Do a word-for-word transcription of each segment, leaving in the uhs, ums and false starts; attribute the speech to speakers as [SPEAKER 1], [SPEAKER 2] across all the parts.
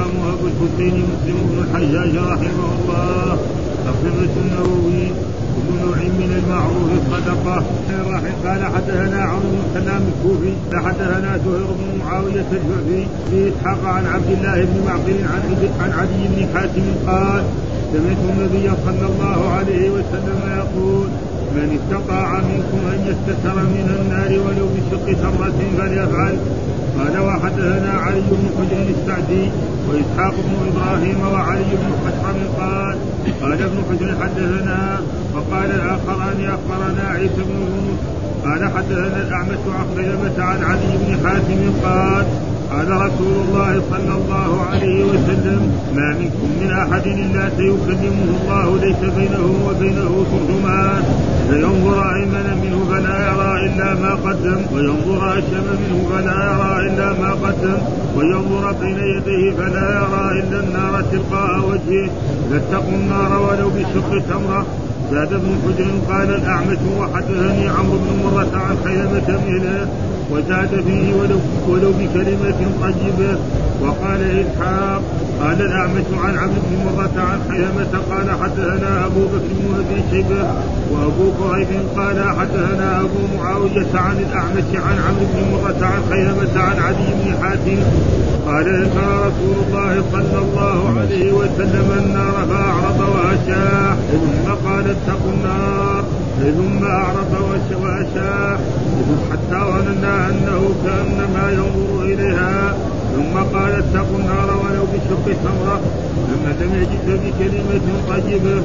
[SPEAKER 1] الإمام أبو الحسين مسلم بن الحجاج رحمه الله. ترجمة النووي: كل نوع من المعروف صدقة. قال حدثنا عمرو بن سلام الكوفي حدثنا زهير بن معاوية الجعفي في إسحاق عن عبد الله بن معقل عن عدي بن حاتم قال: سمعت النبي صلى الله عليه وسلم يقول: من استطاع منكم أن يستتر من النار ولو بشق تمرة فليفعل. قال: وحدثنا علي بن حجر السعدي وإسحاق بن إبراهيم وعلي بن حشرم قال: قال ابن حجر حدثنا. وقال الآخران: أخبرنا عيسى بن يونس قال حدثنا الأعمش عن خيمة عن علي بن حاتم قال: قال رسول الله صلى الله عليه وسلم: ما منكم من أحد إلا سيكلمه الله ليس بينه وبينه ترجمان، فينظر أيمن منه فلا يرى إلا ما قدم، وينظر أشم منه فلا يرى إلا ما قدم، وينظر بين يديه فلا يرى إلا النار تلقاء وجهه، فاتقوا النار ولو بشق تمرة. زاد ابن حجر قال الأعمش: وحدثني عمرو بن مرة عن خيمة منه وزاد فيه ولو, ولو بكلمة طيبة. وقال إسحاق قال الأعمش عن عبد بن مرة عن خيمة قال حدثنا أبو بكر بن أبي شيبة وأبو كريب قال حدثنا أبو معاوية عن الأعمش عن عبد بن مرة عن خيمة عن عدي بن حاتم قال: ذكر رسول الله صلى الله عليه وسلم النار فأعرض وأشاح، ثم قال: اتقوا النار، ثم أعرض وأشاح حتى ظننا أنه كأنما ينظر إليها، ثم قال: اتقوا النار ولو بشق تمرة. ثم لم يجد بكلمة طيبة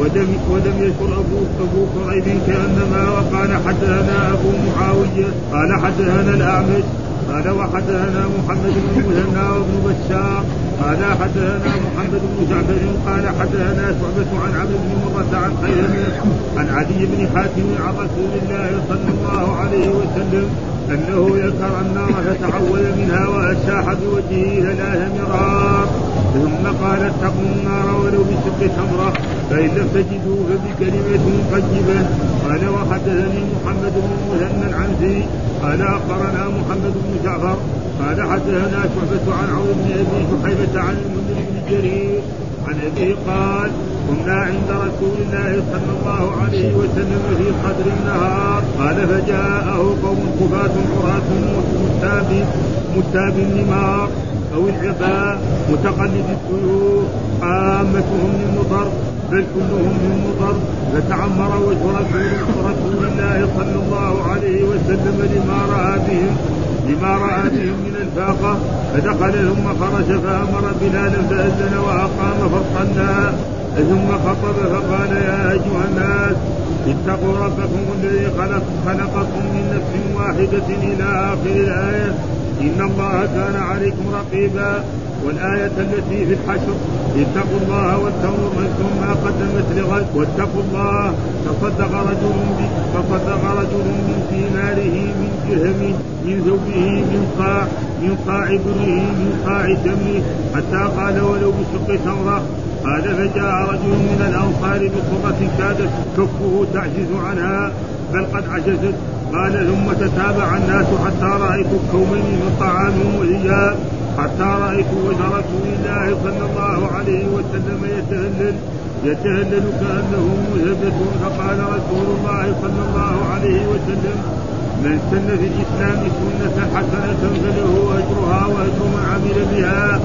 [SPEAKER 1] ولم يذكر أبو كريب كأنما. وقال حدثنا أبو معاوية قال حدثنا الأعمش قال: وحدثنا محمد بن مثنى وابن بشار قال حدثنا محمد بن جعفر قال حدثنا شعبة عن عبد بن مرة عن خيمة عن عدي بن حاتم عن رسول الله صلى الله عليه وسلم أنه يذكر النار فتعوذ منها وأشاح بوجهه ثلاث مرات، ثم قال: اتقوا النار ولو بشق تمرة، فإن لم تجدوا فبكلمة طيبة. قال: وحدثني محمد بن مثنى العنزي قال أخبرنا محمد بن جعفر قال حدثنا شعبة عن عون بن أبي شحيبة عن المنذر بن جرير عن أبيه قال: كنا عند رسول الله صلى الله عليه وسلم في قدر النهار قال: فجاءه قوم كفاة عراة متاب النمار أو العباء متقلد السيوف، عامتهم من مضر بل كلهم من مضر، فتعمر وجه رسول الله صلى الله عليه وسلم لما رأى بهم لما رأى بهم من الفاقة، فدخل ثم خرج فأمر بلالا فأذن وأقام فصلى، ثم خطب فقال: يا أيها الناس اتقوا ربكم الذي خلق خلقكم من نفس واحدة إلى آخر الآية، إن الله كان عليكم رقيبا. والآية التي في الحشر: اتقوا الله ولتنظر نفس ما قدمت لغد واتقوا الله. تصدق رجل تصدق رجل من ثماره من درهم من ثوبه من قاع من قاع بره من قاع تمره حتى قال: ولو بشق تمرة. قال: فجاء رجل من الأنصار بصرة كادت كفه تعجز عنها بل قد عجزت. قال: ثم تتابع الناس حتى رأيت كومين من طعام وثياب، حتى رأيت وجه رسول الله صلى الله عليه وسلم يتهلل يتهلل كأنه مذهبة. فقال رسول الله صلى الله عليه وسلم: من سن في الإسلام سنة حسنة فله أجرها وأجر من عمل بها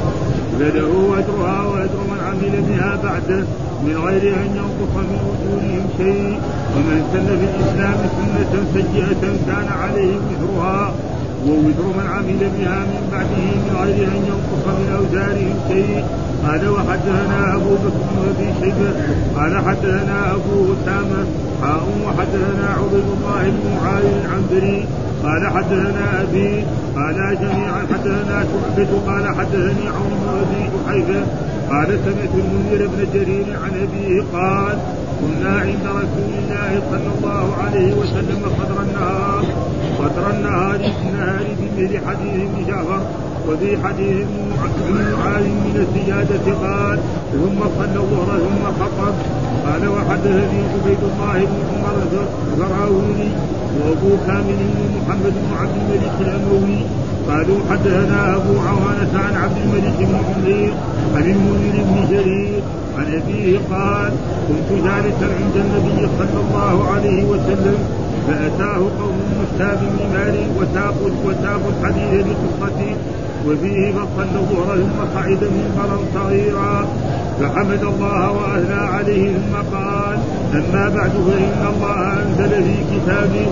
[SPEAKER 1] فله أجرها وأجر من عمل بها بعده من غير أن ينقص من أجورهم شيء، ومن سن في الإسلام سنة سيئة كان عليه وزرها ووزر من عمل بها من بعده من غير أن ينقص من أوزارهم شيء. قال: وحدثنا أبو بكر بن أبي شيبة قال حدثنا أبو أسامة حاء وحدثنا عبيد الله بن معاذ العنبري قال حدثنا أبي قال جميعا حدثنا شعبة قال حدثني عون بن أبي شحيبة قال: سمعت المنذر بن جرير عن أبيه قال: كنا عند رسول الله صلى الله عليه وسلم قدر النهار قدر النهار في النهار بمثل حديث ابن جعفر، وفي حديث ابن معاذ من الزيادة قال: ثم صلى الظهر ثم خطب. قال: وحدثني عبيد الله بن عمر الزراوي وأبو كامل محمد بن عبد الملك الأموي قالوا حدثنا أبو عوانة عن عبد الملك بن عمير عن المنذر بن جرير عن أبيه قال كنت جالسا عند النبي صلى الله عليه وسلم فأتاه قوم مشتاب بن مالك وساقوا وساقوا الحديث بقصته وفيه فصل ظهره ثم صعد منبرا صغيرا فحمد الله وأثنى عليه ثم قال أما بعد فإن الله أنزل في كتابه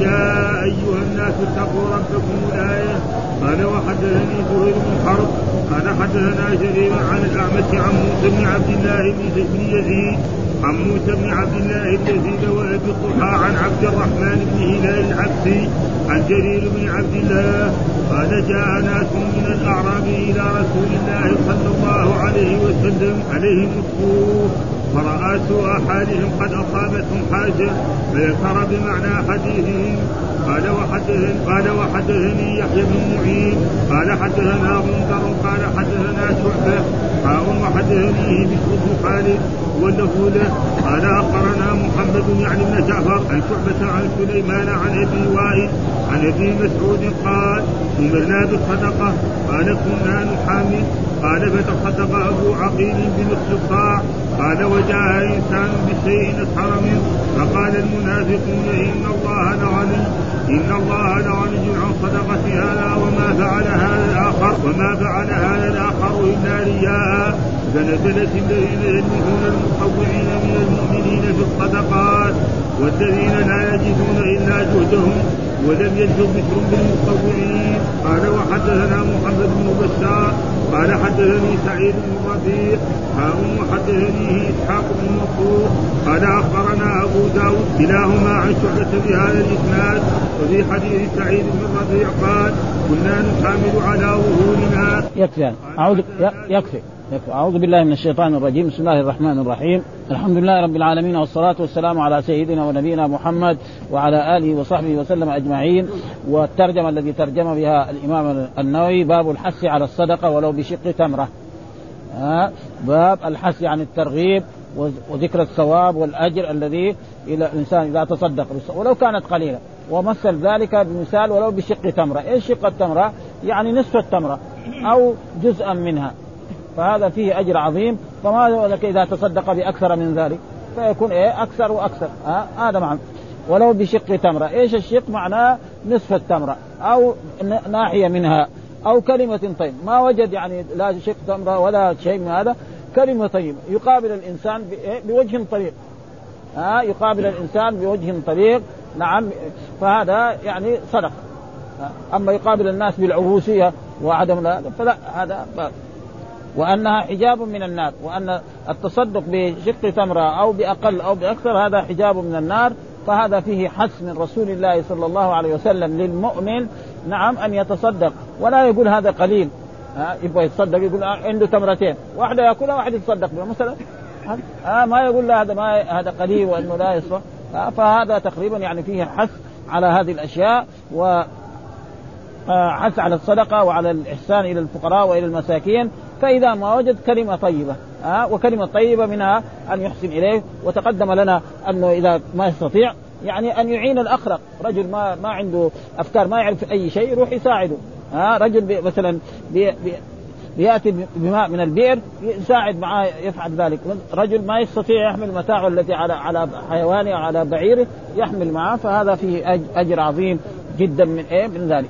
[SPEAKER 1] يا أيها الناس اتقوا ربكم الآية. قال وحدثني زهير بن حرب قال حدثنا جرير عن الأعمش عن موسى بن عبد الله بن يزيد عن موسى بن عبد الله بن يزيد وأبي الضحى عن عبد الرحمن بن هلال العبسي عن جرير بن عبد الله قال جاء ناس من الأعراب إلى رسول الله صلى الله عليه وسلم عليهم الصوف فرأى سوء حالهم قد أصابتهم حاجة فذكر بمعنى حديثهم. قال وحدثني, قال وحدثني يحيى بن معين قال حدثنا غندر قال حدثنا شعبة حاء وحدثنيه بشر بن خالد واللفظ له قال أخبرنا محمد يعني بن جعفر عن شعبة عن سليمان عن أبي وائل عن أبي مسعود قال أمرنا بالصدقة قال كنا نحامل قال فتصدق أبو عقيل بنصف الصاع قال وجاء إنسان بشيء أسحر منه فقال المنافقون إن الله لغني إن الله لغني عن صدقة هذا وما فعل هذا الآخر وما فعل هذا الآخر إلا رياء. فنزلت الذين يلمحون المتطوعين من المؤمنين في الصدقات والذين لا يجدون إلا جهدهم ولم يجد بشر بالمتطوعين. قال وحدثنا محمد بن بشار قال حدثني سعيد بن ربيع حاء وحدثني إسحاق بن منصور قال أخبرنا أبو داود كلاهما عن شعبة بهذا الإسناد. وفي حديث سعيد بن ربيع قال كنا نحامل على ظهورنا.
[SPEAKER 2] يكفي أعوذ يكفي أعوذ بالله من الشيطان الرجيم. بسم الله الرحمن الرحيم. الحمد لله رب العالمين والصلاة والسلام على سيدنا ونبينا محمد وعلى آله وصحبه وسلم أجمعين. والترجمة الذي ترجم بها الإمام النووي باب الحث على الصدقة ولو بشق تمرة. باب الحث عن الترغيب وذكر الثواب والأجر الذي إلى الإنسان إذا تصدق ولو كانت قليلة. ومثل ذلك بمثال ولو بشق تمرة. إيش شق التمرة؟ يعني نصف التمرة أو جزءا منها، فهذا فيه أجر عظيم. فما لك إذا تصدق بأكثر من ذلك فيكون إيه أكثر وأكثر. هذا معنى ولو بشق تمرة. إيش الشق؟ معناه نصف التمرة أو ناحية منها أو كلمة طيب. ما وجد يعني لا شق تمرة ولا شيء من هذا، كلمة طيبة يقابل الإنسان بوجه طريق. ها يقابل الإنسان بوجه طريق. نعم، فهذا يعني صدق. أما يقابل الناس بالعبوسية وعدم هذا فلا، هذا باب. وأنها حجاب من النار، وأن التصدق بشق تمرة أو بأقل أو بأكثر هذا حجاب من النار. فهذا فيه حث من رسول الله صلى الله عليه وسلم للمؤمن نعم أن يتصدق، ولا يقول هذا قليل. ها يبغى يتصدق يقول عنده تمرتين، واحدة يأكلها واحد يتصدق بها مثلا. ها ما يقول لا هذا ما هذا قليل وأنه لا يصح. فهذا تقريبا يعني فيه حث على هذه الأشياء، و حث على الصدقة وعلى الإحسان إلى الفقراء وإلى المساكين. فإذا ما وجد كلمة طيبة، ها وكلمة طيبة منها أن يحسن إليه. وتقدم لنا أنه إذا ما يستطيع يعني أن يعين الأخرق. رجل ما ما عنده أفكار، ما يعرف أي شيء، يروح يساعده. ها رجل مثلا بي بي بيأتي بماء من البئر يساعد معاه يفعل ذلك. رجل ما يستطيع يحمل متاعه التي على على حيوانه أو على بعيره يحمل معاه، فهذا فيه أجر عظيم جدا من إيه من ذلك.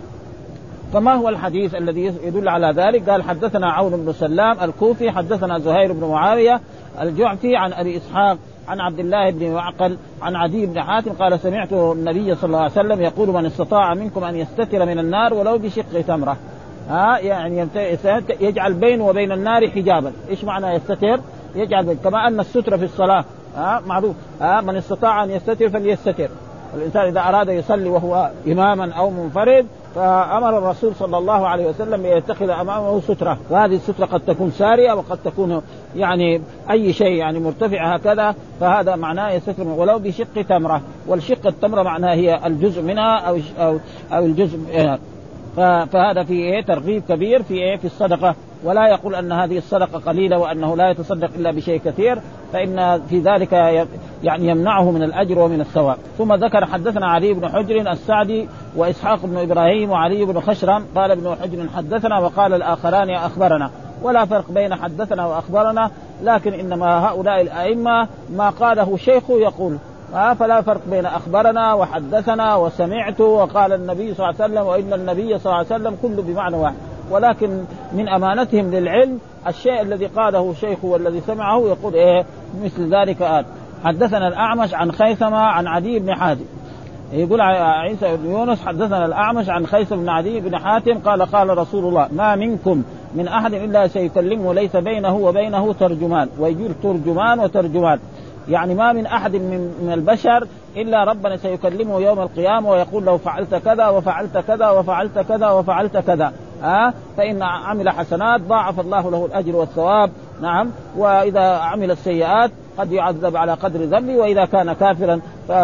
[SPEAKER 2] فما هو الحديث الذي يدل على ذلك؟ قال حدثنا عون بن سلام الكوفي حدثنا زهير بن معاوية الجعفي عن أبي إسحاق عن عبد الله بن معقل عن عدي بن حاتم قال سمعت النبي صلى الله عليه وسلم يقول من استطاع منكم أن يستتر من النار ولو بشق تمرة. ها يعني يجعل بينه وبين النار حجابا. إيش معنى يستتر؟ يجعل بين، كما أن السترة في الصلاة ها معروف. ها من استطاع أن يستتر فليستتر. الإنسان إذا أراد يصلي وهو إماما أو منفرد فأمر الرسول صلى الله عليه وسلم يتخذ أمامه سترة، وهذه السترة قد تكون سارية وقد تكون يعني أي شيء يعني مرتفع هكذا، فهذا معناه يستتر ولو بشق تمرة. والشق التمرة معناها هي الجزء منها أو أو, أو الجزء. فهذا فيه ترغيب كبير في في الصدقة ولا يقول أن هذه الصدقة قليلة وأنه لا يتصدق إلا بشيء كثير، فإن في ذلك يعني يمنعه من الأجر ومن الثواب. ثم ذكر حدثنا علي بن حجر السعدي وإسحاق بن إبراهيم وعلي بن خشرم قال ابن حجر حدثنا وقال الآخران أخبرنا، ولا فرق بين حدثنا وأخبرنا، لكن إنما هؤلاء الأئمة ما قاله شيخ يقول، فلا فرق بين أخبرنا وحدثنا وسمعت وقال النبي صلى الله عليه وسلم وإن النبي صلى الله عليه وسلم كله بمعنى واحد. ولكن من أمانتهم للعلم الشيء الذي قاله شيخه والذي سمعه يقول إيه مثل ذلك. قال حدثنا الأعمش عن خيثمة عن عدي بن حاتم، يقول عيسى بن يونس حدثنا الأعمش عن خيثمة بن عدي بن حاتم قال قال رسول الله ما منكم من أحد إلا سيكلمه ليس بينه وبينه ترجمان، ويقول ترجمان وترجمان، يعني ما من أحد من البشر إلا ربنا سيكلمه يوم القيامة ويقول له فعلت كذا وفعلت كذا وفعلت كذا وفعلت كذا، ها فإن عمل حسنات ضاعف الله له الأجر والثواب، نعم، وإذا عمل السيئات قد يعذب على قدر ذنبه، وإذا كان كافرا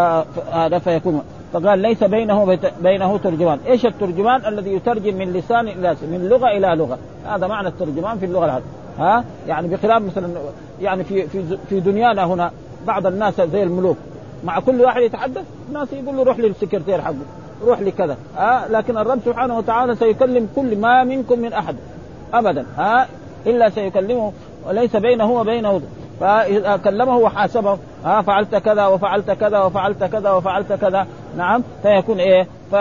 [SPEAKER 2] فهذا فيكون. فقال ليس بينه بينه ترجمان. إيش الترجمان؟ الذي يترجم من لسان إلى لسان، من لغة إلى لغة، هذا معنى الترجمان في اللغة العربية. ها يعني بخلاف مثلا يعني في في في دنيانا هنا بعض الناس زي الملوك مع كل واحد يتحدث الناس يقول له روح للسكرتير حقه روح لكذا، ها لكن الرب سبحانه وتعالى سيكلم كل ما منكم من أحد أبدا، ها إلا سيكلمه وليس بينه وبينه، فإذا كلمه وحاسبه ها فعلت كذا وفعلت كذا وفعلت كذا وفعلت كذا، نعم، فيكون إيه ف...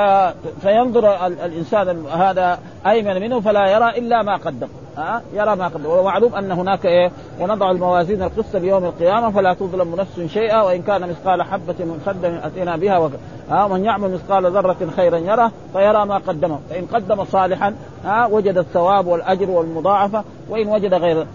[SPEAKER 2] فينظر الإنسان هذا أيمن منه فلا يرى إلا ما قدم، ها يرى ما قدم. ومعلوم أن هناك إيه ونضع الموازين القسط بيوم القيامة فلا تظلم نفس شيئا وإن كان مثقال حبة من خردل أتينا بها وك... ها من يعمل مثقال ذرة خيرا يره فيرى ما قدمه، فإن قدم صالحا ها وجد الثواب والأجر والمضاعفة، وإن وجد غيره.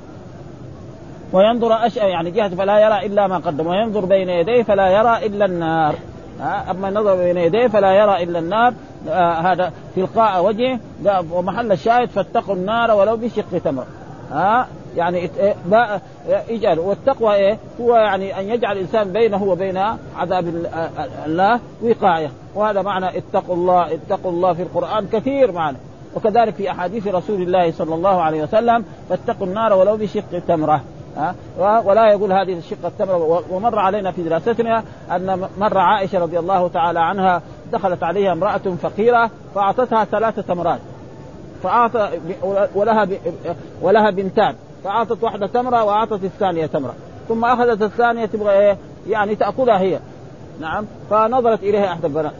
[SPEAKER 2] وينظر أشأ يعني جهة فلا يرى إلا ما قدم، وينظر بين يديه فلا يرى إلا النار، أما النظر بين يديه فلا يرى إلا النار، آه هذا تلقاء وجهه. ومحل الشاهد فاتقوا النار ولو بشق تمر، ها يعني يجعل. والتقوى إيه هو يعني أن يجعل الإنسان بينه وبين عذاب الله وقاية، وهذا معنى اتقوا الله. اتقوا الله في القرآن كثير معنى، وكذلك في أحاديث رسول الله صلى الله عليه وسلم فاتقوا النار ولو بشق تمرة، ها ولا يقول هذه الشقة التمرة. ومر علينا في دراستنا أن مر عائشة رضي الله تعالى عنها دخلت عليها امرأة فقيرة فأعطتها ثلاثة تمرات، فأعطى ولها ولها بنتان، فأعطت واحدة تمرة وأعطت الثانية تمرة، ثم أخذت الثانية تبغى إيه يعني تأكلها هي، نعم، فنظرت إليها أحد البنات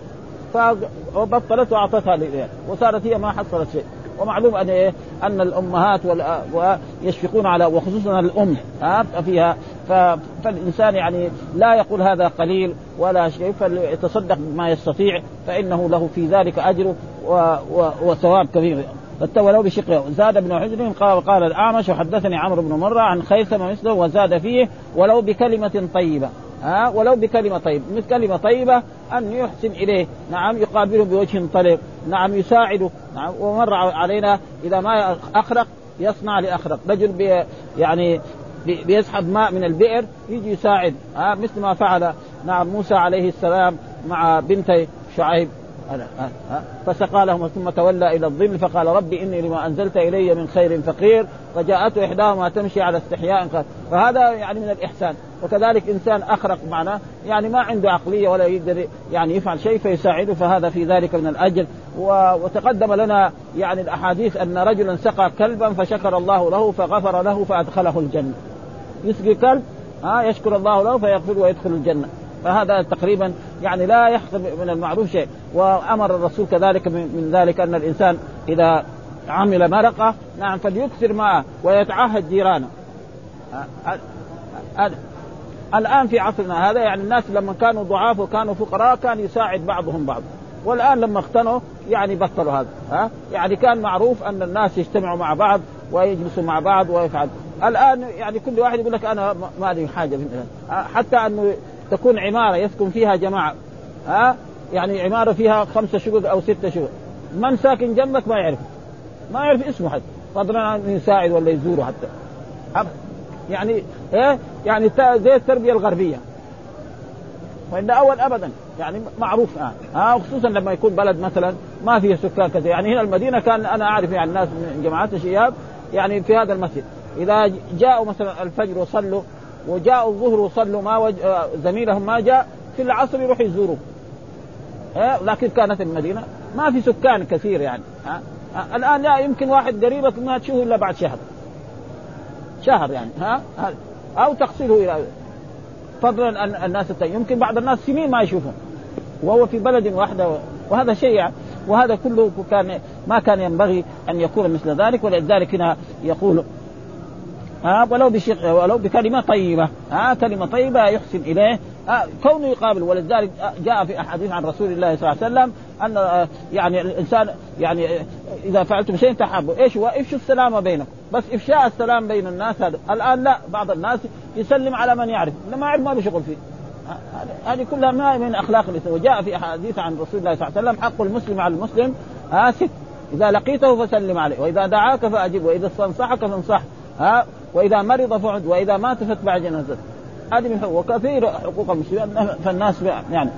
[SPEAKER 2] فبطلت وأعطتها لإليها وصارت هي ما حصلت شيء. ومعلوم أن إيه أن الأمهات ويشفقون على وخصوصا الأم ها فيها، فالإنسان يعني لا يقول هذا قليل ولا شيء، فليتصدق بما يستطيع فإنه له في ذلك أجر وثواب كبير. ولو بشقه. زاد ابن حجر قال قال الأعمش وحدثني عمرو بن مرة عن خيثمة مثله وزاد فيه ولو بكلمة طيبة، ها ولو بكلمة طيبة، مثل كلمة طيبة أن يحسن إليه، نعم، يقابله بوجه طلق، نعم، يساعده، نعم. ومر علينا إذا ما أخرق يصنع لأخرق، رجل بي يعني بي بيسحب ماء من البئر يجي يساعد، ها مثل ما فعل نعم موسى عليه السلام مع بنتي شعيب، فسقى لهم ثم تولى إلى الظل فقال ربي إني لما أنزلت إلي من خير فقير، فجاءته إحداهما تمشي على استحياء، فهذا يعني من الإحسان. وكذلك إنسان أخرق معنا يعني ما عنده عقلية ولا يقدر يعني يفعل شيء فيساعده، فهذا في ذلك من الأجر. وتقدم لنا يعني الأحاديث أن رجلا سقى كلبا فشكر الله له فغفر له فأدخله الجنة. يسقي كلب ها يشكر الله له فيغفر ويدخل الجنة، فهذا تقريبا يعني لا يحصل من المعروف شيء. وأمر الرسول كذلك من ذلك أن الإنسان إذا عمل مرقة نعم فليكثر معه ويتعهد جيرانه. الآن في عصرنا هذا يعني الناس لما كانوا ضعاف وكانوا فقراء كان يساعد بعضهم بعض، والآن لما اختنوا يعني بطلوا هذا، ها يعني كان معروف أن الناس يجتمعوا مع بعض ويجلسوا مع بعض ويفعل. الآن يعني كل واحد يقول لك أنا ما لي حاجة من حتى أنه تكون عمارة يسكن فيها جماعة، ها يعني عمارة فيها خمسة شقق أو ستة شقق، من ساكن جنبك ما يعرف ما يعرف اسمه حتى، فضلا أن يساعد ولا يزوره حتى، يعني إيه يعني زي التربية الغربية، وإن أول أبدا يعني معروف آه. ها وخصوصا لما يكون بلد مثلا ما فيه سكان كثير. يعني هنا المدينة كان أنا أعرف يعني الناس من جماعات الشياب يعني في هذا المسجد إذا جاءوا مثلا الفجر وصلوا وجاءوا الظهر وصلوا ما وج... زميلهم ما جاء في العصر يروح يزوروه. لكن كانت المدينة ما في سكان كثير يعني. ها؟ الآن لا يمكن واحد قريبك ما تشوفه إلا بعد شهر شهر يعني ها أو تقصده إلى فضلا أن الناس التاني يمكن بعض الناس سنين ما يشوفهم وهو في بلد واحدة، وهذا شيء يعني وهذا كله كان ما كان ينبغي أن يكون مثل ذلك. ولذلك هنا يقول ها ولو بشق ولو بكلمة طيبة ها كلمة طيبة يحسن إليه ها كونه يقابل. ولذلك جاء في أحاديث عن رسول الله صلى الله عليه وسلم أن يعني الإنسان يعني إذا فعلتم شيء تحبوا إيش هو إفشوا السلام بينكم، بس إفشاء السلام بين الناس هذا الآن لا، بعض الناس يسلم على من يعرف لما يعرف ما بيشغل فيه. هذه كلها ما من أخلاق الإسلام. وجاء في أحاديث عن رسول الله صلى الله عليه وسلم حق المسلم على المسلم ها ست: إذا لقيته فسلم عليه، وإذا دعاك فأجب، وإذا استنصحك فانصح، ها وإذا مرض فعد، وإذا مات فاتبع جنازته. هذه من حقوق وكثير حقوق المسلمين فالناس يعني.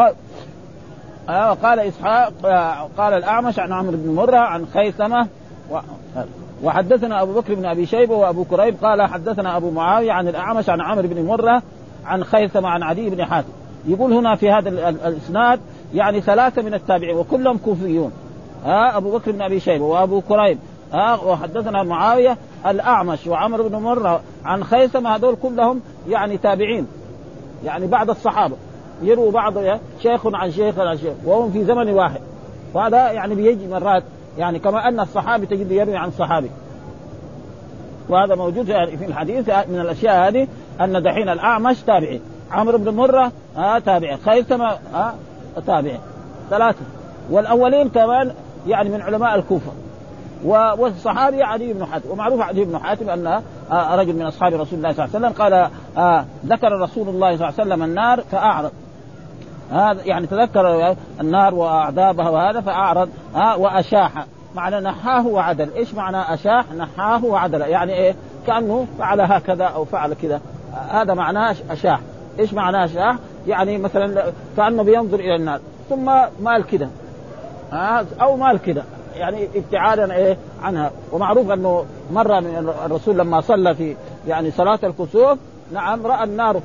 [SPEAKER 2] قال إسحاق قال الأعمش عن عمرو بن مرة عن خيثمة وحدثنا أبو بكر بن أبي شيبة وأبو كريب قال حدثنا أبو معاوية عن الأعمش عن عمرو بن مرة عن خيثمة عن عدي بن حاتم. يقول هنا في هذا الإسناد يعني ثلاثة من التابعين وكلهم كوفيون، ها أبو بكر بن أبي شيبة وأبو كريب ها وحدثنا معاوية الأعمش وعمرو بن مرة عن خيثمة، هذول كلهم يعني تابعين يعني بعد الصحابة يروا بعض شيخ عن شيخ عن شيخ وهم في زمن واحد. وهذا يعني بيجي مرات يعني كما أن الصحابي تجد يروي عن صحابي، وهذا موجود في الحديث. من الأشياء هذه أن دحين الأعمش تابعي، عمرو بن مرة آه تابعي، خيثمة آه تابعي، ثلاثة. والأولين كمان يعني من علماء الكوفة. والصحابي عدي بن حاتم، ومعروف عدي بن حاتم أنه آه رجل من أصحاب رسول الله صلى الله عليه وسلم قال آه ذكر رسول الله صلى الله عليه وسلم النار فأعرض، هذا يعني تذكر النار وأعذابها وهذا فأعرض آه وأشاح، معنى نحاه وعدل. إيش معنى أشاح؟ نحاه وعدل، يعني إيه كأنه فعل هكذا أو فعل كذا، هذا معناه أشاح. إيش معناه أشاح؟ يعني مثلا كأنه بينظر إلى النار ثم مال كذا آه أو مال كذا، يعني ابتعادا إيه عنها. ومعروف أنه مرة من الرسول لما صلى في يعني صلاة الكسوف نعم رأى النار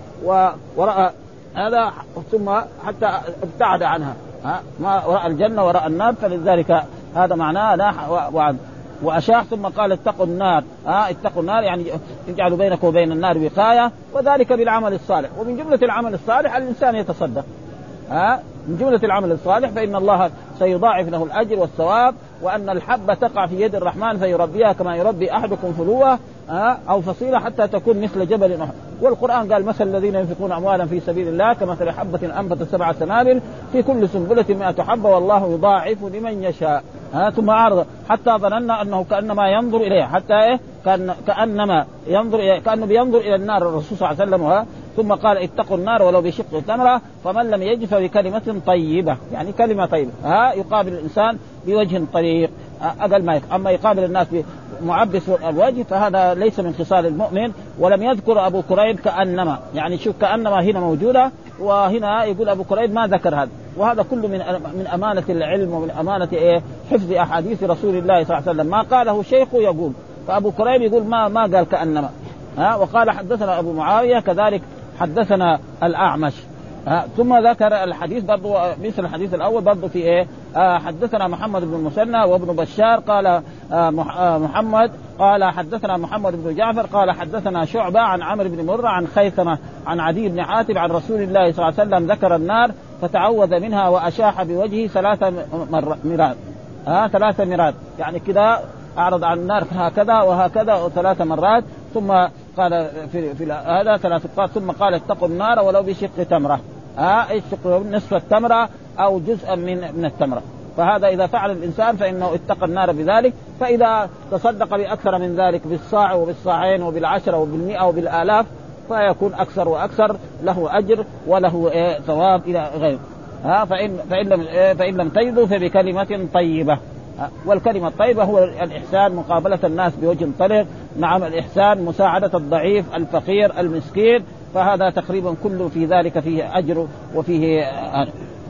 [SPEAKER 2] ورأى هذا ثم حتى ابتعد عنها ها ما رأى الجنة ورأى النار، فلذلك هذا معناه لا وعد. وأشاح ثم قال اتقوا النار ها اتقوا النار يعني اجعلوا بينك وبين النار وقاية، وذلك بالعمل الصالح. ومن جملة العمل الصالح الإنسان يتصدق ها من جملة العمل الصالح، فإن الله سيضاعف له الأجر والثواب، وأن الحبة تقع في يد الرحمن فيربيها كما يربي أحدكم فلوة أو فصيلة حتى تكون مثل جبل أحد. والقرآن قال مثل الذين ينفقون أموالا في سبيل الله كمثل حبة أنبتت سبع سنابل في كل سنبلة مئة حبة والله يضاعف لمن يشاء. ها ثم عرض حتى ظننا أنه كأنما ينظر إليه، حتى إيه كأن كأنما ينظر إليه كأنه بينظر إلى النار الرسول صلى الله عليه وسلم. ها ثم قال اتقوا النار ولو بشق تمرة فمن لم يجد فبكلمة طيبة، يعني كلمة طيبة ها يقابل الإنسان بوجه طريق أقل ما يك. أما يقابل الناس بمعبس الوجه فهذا ليس من خصال المؤمن. ولم يذكر أبو كريب كأنما، يعني شوف كأنما هنا موجودة وهنا يقول أبو كريب ما ذكر هذا. وهذا كله من من أمانة العلم ومن أمانة إيه حفظ أحاديث رسول الله صلى الله عليه وسلم. ما قاله شيخه يقول، فأبو كريب يقول ما ما قال كأنما. ها وقال حدثنا أبو معاوية كذلك حدثنا الأعمش. آه ثم ذكر الحديث برضو مثل الحديث الأول برضو في إيه آه حدثنا محمد بن المثنى وابن بشار قال آه محمد قال حدثنا محمد بن جعفر قال حدثنا شعبة عن عمرو بن مرة عن خيثمة عن عدي بن حاتم عن رسول الله صلى الله عليه وسلم ذكر النار فتعوذ منها وأشاح بوجهه ثلاث مرات آه ثلاث مرات، يعني كذا أعرض عن النار هكذا وهكذا ثلاث مرات. ثم قال في, في هذا ثلاث قال ثم قال اتقوا النار ولو بشق تمرة ها آه نصف التمرة أو جزءا من من التمرة. فهذا إذا فعل الإنسان فإنه اتقى النار بذلك. فإذا تصدق بأكثر من ذلك بالصاع وبالصاعين وبالعشرة وبالمئة وبالآلاف فيكون أكثر وأكثر له أجر وله إيه ثواب إلى غيره. ها فإن فإن لم إيه فإن لم تجدوا فبكلمة طيبة. والكلمة الطيبة هو الإحسان، مقابلة الناس بوجه طلق. نعم الإحسان مساعدة الضعيف الفقير المسكين، فهذا تقريبا كله في ذلك فيه أجر وفيه آه.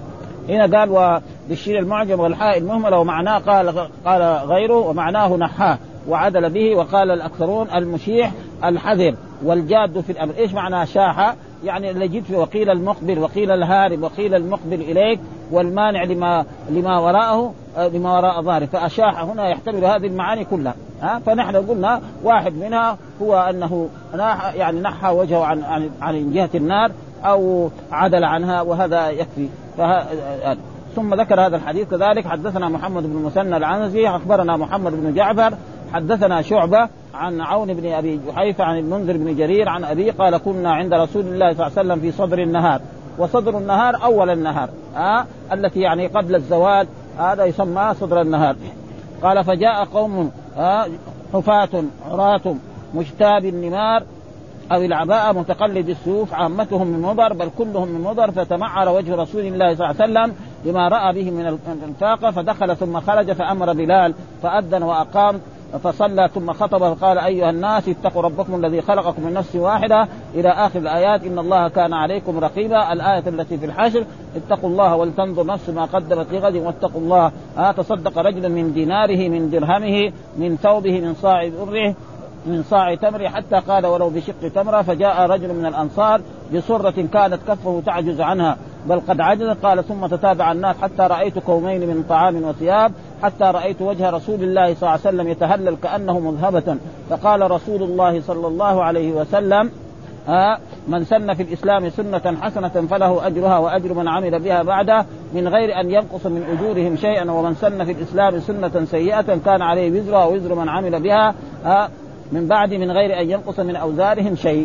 [SPEAKER 2] هنا قال وبالشين المعجم والحاء المهملة ومعناه قال قال غيره ومعناه نحاه وعدل به. وقال الأكثرون المشيح الحذر والجاد في الأمر. إيش معنى شاح؟ يعني اللي جد فيه، وقيل المقبل وقيل الهارب وقيل المقبل إليك والمانع لما لما وراءه لما وراء ظهره. فأشاح هنا يحتمل هذه المعاني كلها. ها فنحن قلنا واحد منها هو أنه نح يعني نحى وجهه عن عن عن جهة النار أو عدل عنها، وهذا يكفي. فه... ثم ذكر هذا الحديث كذلك. حدثنا محمد بن المثنى العنزي أخبرنا محمد بن جعفر حدثنا شعبة عن عون بن أبي جحيفة عن المنذر بن جرير عن أبي قال كنا عند رسول الله صلى الله عليه وسلم في صدر النهار. وصدر النهار أول النهار آه التي يعني قبل الزوال، هذا يسمى صدر النهار. قال فجاء قوم آه حفاة عراة مجتاب النمار أو العباءة متقلد السيوف عامتهم من مضر بل كلهم من مضر. فتمعر وجه رسول الله صلى الله عليه وسلم لما رأى به من الفاقة فدخل ثم خرج فأمر بلال فأذن وأقام فصلى ثم خطب فقال أيها الناس اتقوا ربكم الذي خلقكم من نفس واحدة إلى آخر الآيات. إن الله كان عليكم رقيبا. الآية التي في الحشر اتقوا الله ولتنظر نفس ما قدمت لغد واتقوا الله. آه تصدق رجل من ديناره من درهمه من ثوبه من صاع بره من صاع تمر حتى قال ولو بشق تمرة. فجاء رجل من الأنصار بصرة كانت كفه تعجز عنها بل قد عجز. قال ثم تتابع الناس حتى رأيت كومين من طعام وثياب حتى رأيت وجه رسول الله صلى الله عليه وسلم يتهلل كأنه مذهبة. فقال رسول الله صلى الله عليه وسلم آه من سن في الإسلام سنة حسنة فله أجرها وأجر من عمل بها بعده من غير أن ينقص من أجورهم شيئا. ومن سن في الإسلام سنة سيئة كان عليه وزرها ووزر من عمل بها آه من بعد من غير أن ينقص من أوزارهم شيء.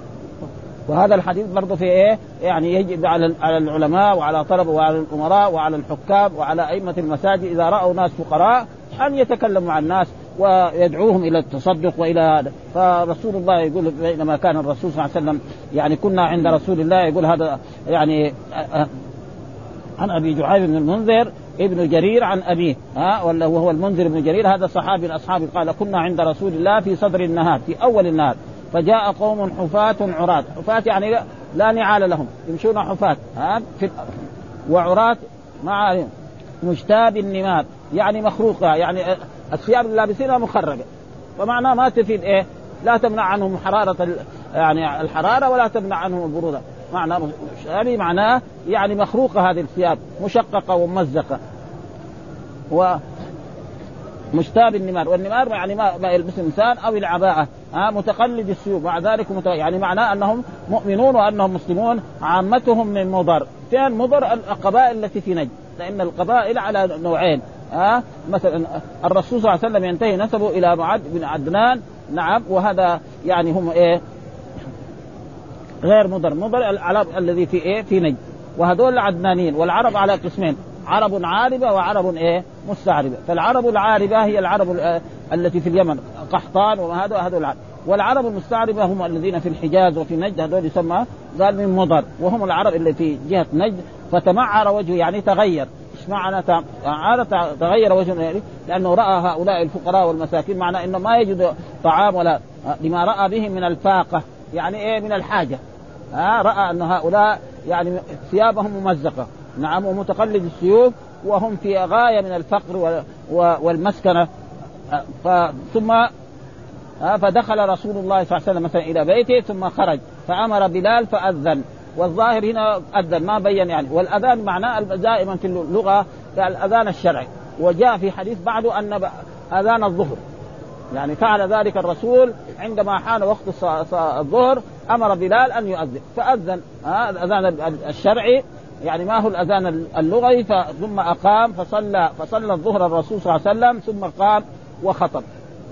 [SPEAKER 2] وهذا الحديث برضه في إيه يعني يجب على على العلماء وعلى طلبة وعلى الأمراء وعلى الحكام وعلى أئمة المساجد إذا رأوا ناس فقراء أن يتكلموا مع الناس ويدعوهم إلى التصدق وإلى هذا. فرسول الله يقول بينما كان الرسول صلى الله عليه وسلم يعني كنا عند رسول الله يقول هذا يعني عن أبي جحيفة بن المنذر ابن جرير عن أبيه ها ولا وهو المنذر بن جرير هذا صحابي من أصحابه قال كنا عند رسول الله في صدر النهار في أول النهار فجاء قوم حفاة عراة. حفاة يعني لا نعال لهم يمشون حفاة ها في وعراة مع مجتاب النمار يعني مخروقة يعني الثياب اللي لابسينها مخرجة. فمعناه ما تفيد إيه لا تمنع عنهم حرارة يعني الحرارة ولا تمنع عنهم البرودة. معناه يعني معناه يعني مخروقة هذه الثياب مشققة وممزقة. ومجتاب النمار والنمار يعني ما, ما يلبس الإنسان أو العباءة ها متقلد السيوف مع ذلك مت... يعني معناه أنهم مؤمنون وأنهم مسلمون عامتهم من مضر. فين مضر؟ القبائل التي في نجد لأن القبائل على نوعين ها مثلا الرسول صلى الله عليه وسلم ينتهي نسبه إلى معد بن عدنان نعم وهذا يعني هم إيه غير مضر. مضر العرب الذي في إيه في نجد وهذول العدنانيين. والعرب على قسمين عرب عاربة وعرب إيه مستعربة. فالعرب العاربة هي العرب آه التي في اليمن قحطان وهذا هذول العرب. والعرب المستعربة هم الذين في الحجاز وفي نجد هذول يسمى قال من مضر وهم العرب اللي في جهة نجد. فتمعر وجهه يعني تغير. ايش معنى تغير وجهه؟ لأنه رأى هؤلاء الفقراء والمساكين معنى إنه ما يجد طعام ولا لما رأى بهم من الفاقة يعني إيه من الحاجة ها رأى أن هؤلاء يعني ثيابهم ممزقة نعم ومتقلد السيوف وهم في غاية من الفقر والمسكنة. ثم فدخل رسول الله صلى الله عليه وسلم مثلا إلى بيته ثم خرج فأمر بلال فأذن. والظاهر هنا أذن ما بين يعني. والأذان معناه دائما في اللغة الأذان الشرعي. وجاء في حديث بعده أن أذان الظهر يعني فعل ذلك الرسول عندما حان وقت الظهر أمر بلال أن يؤذن فأذن. الأذان الشرعي يعني ما هو الأذان اللغوي. ثم أقام فصلى فصلى الظهر الرسول صلى الله عليه وسلم ثم قام وخطب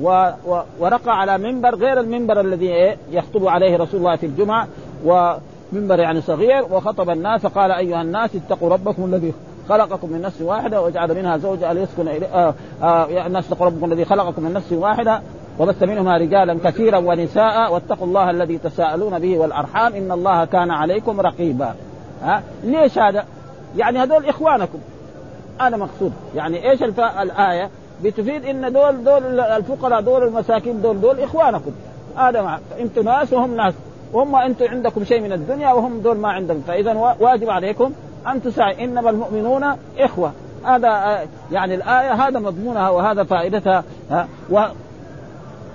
[SPEAKER 2] ورقى على منبر غير المنبر الذي يخطب عليه رسول الله في الجمعة ومنبر يعني صغير وخطب الناس فقال أيها الناس اتقوا ربكم الذي خلقكم من نفس واحدة وجعل منها زوجها ليسكن آه آه يا الناس اتقوا ربكم الذي خلقكم من نفس واحدة وبث منهما رجالا كثيرا ونساء واتقوا الله الذي تساءلون به والأرحام إن الله كان عليكم رقيبا. ها ليش هذا؟ يعني هذول إخوانكم. أنا مقصود يعني إيش الآية بتفيد إن دول دول الفقراء دول المساكين دول دول إخوانكم. هذا مع أنتم ناس وهم ناس وهم أنتم عندكم شيء من الدنيا وهم دول ما عندهم. فإذا واجب عليكم أن تساعدوا إنما المؤمنون إخوة. هذا يعني الآية هذا مضمونها وهذا فائدتها.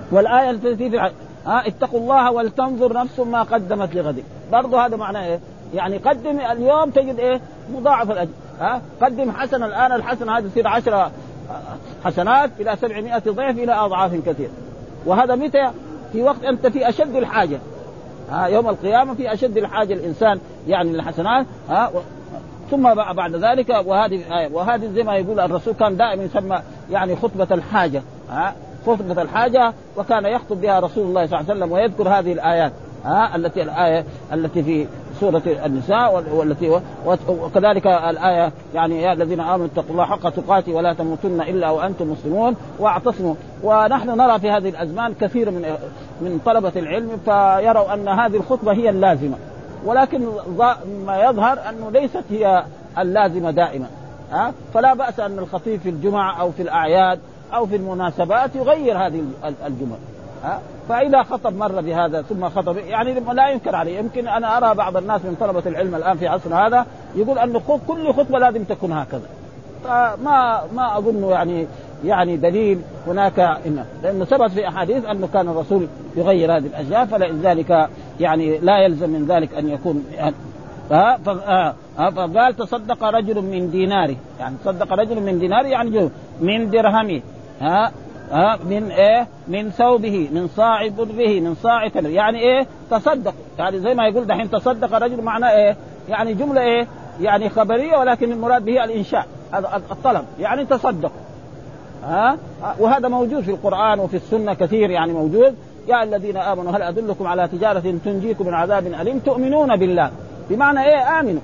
[SPEAKER 2] والآية التي في ها اتقوا الله ولتنظر نفس ما قدمت لغد، برضه هذا معناه إيه؟ يعني قدم اليوم تجد إيه مضاعف الأجر. ها قدم حسنة الآن، الحسنة هذه تصير عشرة حسنات إلى سبعمائة ضعف إلى أضعاف كثير. وهذا متى؟ في وقت أنت في أشد الحاجة. ها يوم القيامة في أشد الحاجة الإنسان يعني للحسنات. ها ثم بعد ذلك وهذه وهذه زي ما يقول الرسول كان دائما يسمى يعني خطبة الحاجة. ها خطبة الحاجة، وكان يخطب بها رسول الله صلى الله عليه وسلم ويذكر هذه الآيات ها التي الآية التي في سورة النساء والتي وكذلك الآية يعني يا الذين آمنوا اتقوا الله حق تقاته ولا تموتن إلا وأنتم مسلمون واعتصموا. ونحن نرى في هذه الأزمان كثير من من طلبة العلم فيروا أن هذه الخطبة هي اللازمة، ولكن ما يظهر أنه ليست هي اللازمة دائما. ها فلا بأس أن الخطيب في الجمعة أو في الأعياد أو في المناسبات يغير هذه الجمل. ها فإذا خطب مرة بهذا ثم خطب يعني لا ينكر عليه. يمكن أنا أرى بعض الناس من طلبة العلم الآن في عصرنا هذا يقول أن كل خطبة لازم تكون هكذا، فما ما أظن يعني يعني دليل هناك إنه لأنه ثبت في أحاديث أنه كان الرسول يغير هذه الأشياء، فلذلك يعني لا يلزم من ذلك أن يكون يعني فقال تصدق رجل من ديناره، يعني تصدق رجل من ديناره يعني من درهمه، ها ها من ايه من ثوبه من صاع بره من صاع تمر، يعني ايه تصدق. يعني زي ما يقول دحين تصدق رجل معناه ايه يعني جملة ايه يعني خبرية، ولكن المراد به الإنشاء هذا الطلب يعني تصدق. ها وهذا موجود في القرآن وفي السنة كثير يعني موجود. يا الذين آمنوا هل أدلكم على تجارة تنجيكم من عذاب أليم تؤمنون بالله بمعنى ايه آمنوا،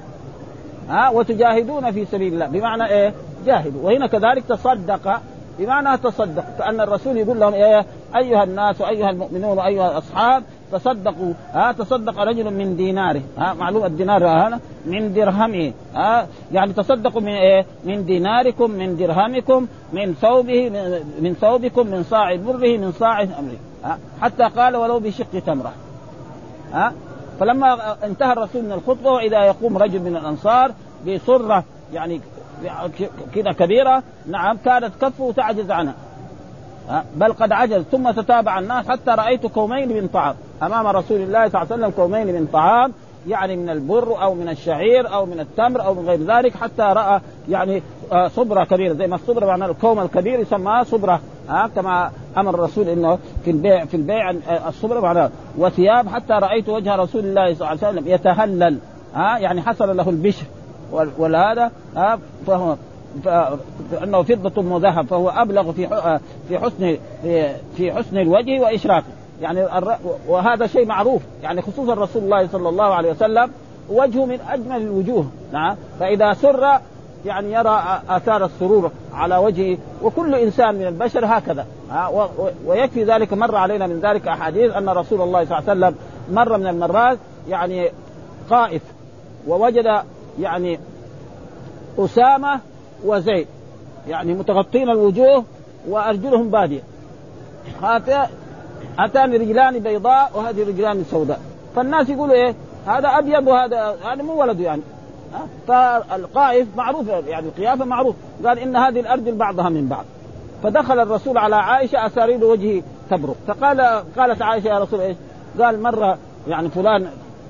[SPEAKER 2] ها وتجاهدون في سبيل الله بمعنى ايه جاهدوا. وهنا كذلك تصدق بمعنى تصدق، كأن الرسول يقول لهم إيه أيها الناس وأيها المؤمنون وأيها الأصحاب تصدقوا. ها تصدق رجل من ديناره، ها معلوم الدينار هذا من درهمه، ها يعني تصدقوا من إيه من ديناركم من درهمكم من ثوبه من ثوبكم من صاع بره من صاع أمره. ها حتى قال ولو بشق تمرة. ها فلما انتهى الرسول من الخطبة وإذا يقوم رجل من الأنصار بصرة يعني كده كبيرة، نعم كانت كفه تعجز عنها بل قد عجز، ثم تتابع الناس حتى رأيت كومين من طعام أمام رسول الله صلى الله عليه وسلم، كومين من طعام يعني من البر أو من الشعير أو من التمر أو من غير ذلك، حتى رأى يعني صبرة كبيرة زي ما الصبرة معنى الكوم الكبير يسمى صبرة. ها كما أمر الرسول إنه في البيع في البيع الصبرة معناه وثياب، حتى رأيت وجه رسول الله صلى الله عليه وسلم يتهلل، ها يعني حصل له البشر والهذا ها فهو فإنه فضة وذهب فهو أبلغ في في حسن في حسن الوجه وإشراقه يعني، وهذا شيء معروف يعني خصوصا رسول الله صلى الله عليه وسلم وجهه من أجمل الوجوه. نعم فإذا سر يعني يرى آثار السرور على وجهه، وكل إنسان من البشر هكذا. ويكفي ذلك مر علينا من ذلك أحاديث أن رسول الله صلى الله عليه وسلم مر من المرات يعني خائف ووجد يعني أسامة وزيد يعني متغطين الوجوه وأرجلهم بادية، هاتان رجلان بيضاء وهذه رجلان سوداء، فالناس يقولوا إيه هذا أبيض وهذا هذا مو ولده يعني. فالقائف معروف يعني القيافة معروف، قال إن هذه الأرجل بعضها من بعض. فدخل الرسول على عائشة أسارير وجهه تبرق، فقال قالت عائشة يا رسول إيش؟ قال مرة يعني فلان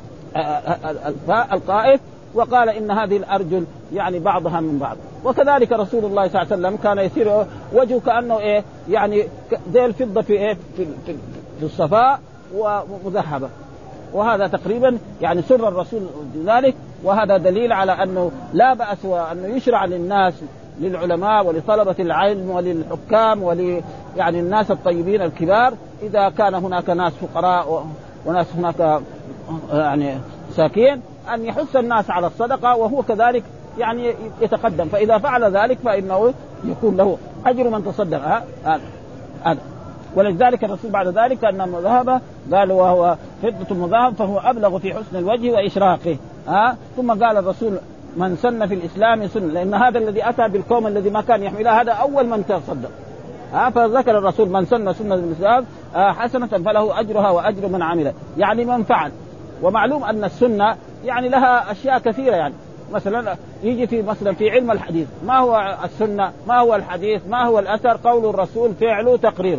[SPEAKER 2] القائف وقال إن هذه الأرجل يعني بعضها من بعض. وكذلك رسول الله صلى الله عليه وسلم كان يسير وجهه كأنه إيه يعني زي الفضة في إيه في, في, في الصفاء ومذهبة، وهذا تقريبا يعني سر الرسول ذلك. وهذا دليل على أنه لا بأس وأنه يشرع للناس للعلماء ولطلبة العلم وللحكام ول يعني الناس الطيبين الكبار إذا كان هناك ناس فقراء وناس هناك يعني ساكين أن يحث الناس على الصدقة وهو كذلك يعني يتقدم، فإذا فعل ذلك فإنه يكون له أجر من تصدق. هذا هذا ولذلك الرسول بعد ذلك أن ذهب قال وهو فضة مذهب فهو أبلغ في حسن الوجه وإشراقه. ها ثم قال الرسول من سن في الإسلام سنة، لأن هذا الذي أتى بالكوم الذي ما كان يحملها هذا أول من تصدق. ها فذكر الرسول من سن سنة في الإسلام حسنة فله أجرها وأجر من عمل، يعني من فعل. ومعلوم أن السنة يعني لها أشياء كثيرة، يعني مثلا يجي في مثلا في علم الحديث ما هو السنة ما هو الحديث ما هو الأثر قول الرسول فعله تقريره.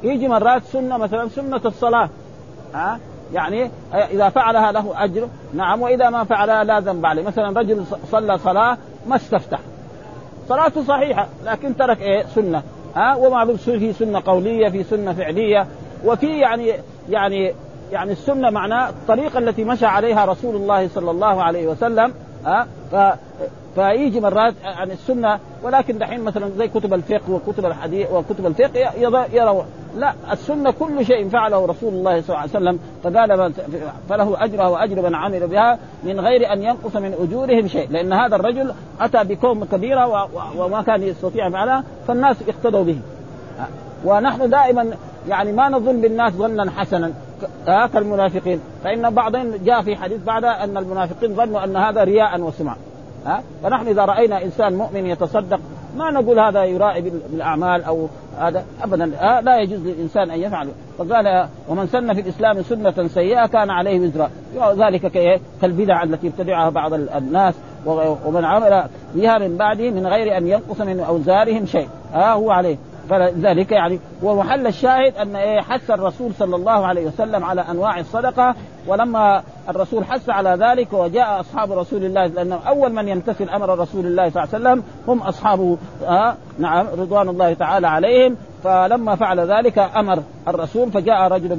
[SPEAKER 2] يجي مرات سنة مثلا سنة الصلاة ها يعني إذا فعلها له أجر نعم، وإذا ما فعلها لا ذنب عليه. مثلا رجل صلى صلاة ما استفتح، صلاته صحيحة لكن ترك إيه سنة ها، ومعلوم في سنة قولية في سنة فعلية وفي يعني يعني يعني السنة معناه الطريقة التي مشى عليها رسول الله صلى الله عليه وسلم ها. ف فيجي مرات عن السنة، ولكن دحين مثلا زي كتب الفقه وكتب الحديث وكتب الفقه يروا لا، السنة كل شيء فعله رسول الله صلى الله عليه وسلم، فقال فله أجرها وأجر من عمل بها من غير أن ينقص من أجورهم شيء، لأن هذا الرجل أتى بكوم كبيرة وما كان يستطيع فعلها فالناس اقتدوا به. ونحن دائما يعني ما نظن بالناس ظنا حسنا كالمنافقين، فإن بعضهم جاء في حديث بعد أن المنافقين ظنوا أن هذا رياء وسمعة ها. فنحن إذا رأينا إنسان مؤمن يتصدق ما نقول هذا يرائي بالأعمال أو هذا أبدا، آه لا يجوز للإنسان أن يفعل. فقال ومن سن في الإسلام سنة سيئة كان عليه وزرها، ذلك كالبدع التي ابتدعها بعض الناس، ومن عمل بها من بعده من غير أن ينقص من أوزارهم شيء آه هو عليه. فذلك يعني ومحل الشاهد أن حث الرسول صلى الله عليه وسلم على أنواع الصدقة، ولما الرسول حث على ذلك وجاء أصحاب رسول الله، لأنه أول من يمتثل أمر رسول الله صلى الله عليه وسلم هم أصحابه آه نعم رضوان الله تعالى عليهم. فلما فعل ذلك أمر الرسول فجاء رجل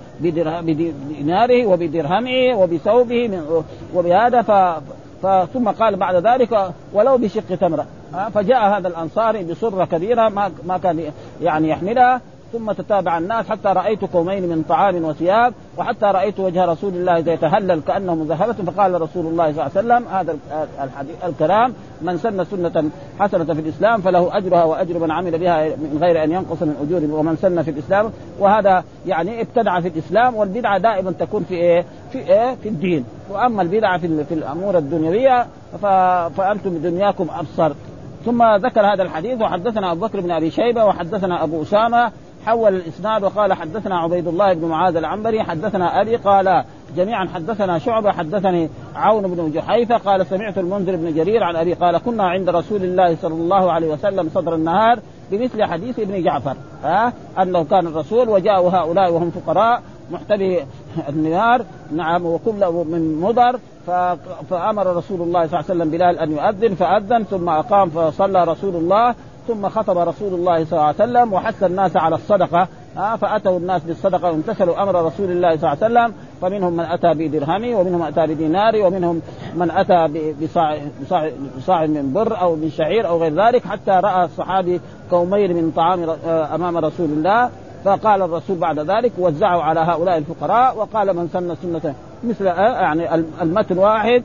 [SPEAKER 2] بديناره وبدرهمه وبثوبه وبهذا ف... ثم قال بعد ذلك ولو بشق تمرة، فجاء هذا الأنصاري بصرة كبيرة ما ما كان يعني يحملها، ثم تتابع الناس حتى رأيت كومين من طعام وثياب، وحتى رأيت وجه رسول الله يتهلل كأنه مذهبة. فقال رسول الله صلى الله عليه وسلم هذا الحديث الكلام من سن سنة حسنة في الإسلام فله أجرها وأجر من عمل بها من غير أن ينقص من أجور ومن سن في الإسلام. وهذا يعني ابتدع في الإسلام، والبدعة دائما تكون في إيه في إيه في الدين، وأما البدعة في في الأمور الدنيوية فأنتم بدنياكم أبصر. ثم ذكر هذا الحديث وحدثنا أبو بكر بن أبي شيبة وحدثنا أبو أسامة حول الإسناد وقال حدثنا عبيد الله بن معاذ العنبري حدثنا أبي قال جميعا حدثنا شعبة حدثني عون بن جحيفة قال سمعت المنذر بن جرير عن أبي قال كنا عند رسول الله صلى الله عليه وسلم صدر النهار بمثل حديث ابن جعفر ها أنه كان الرسول وجاءوا هؤلاء وهم فقراء محتبي النار نعم وكله من مضر، فأمر رسول الله صلى الله عليه وسلم بلال أن يؤذن فأذن ثم أقام فصلى رسول الله، ثم خطب رسول الله صلى الله عليه وسلم وحث الناس على الصدقة فأتوا الناس بالصدقة وامتثلوا أمر رسول الله صلى الله عليه وسلم، فمنهم من أتى بدرهمه ومنهم من أتى بدينار ومنهم من أتى بصاع من بر أو من شعير أو غير ذلك، حتى رأى الصحابي كومين من طعام أمام رسول الله. فقال الرسول بعد ذلك وزعوا على هؤلاء الفقراء وقال من سن سنة مثل يعني المتن واحد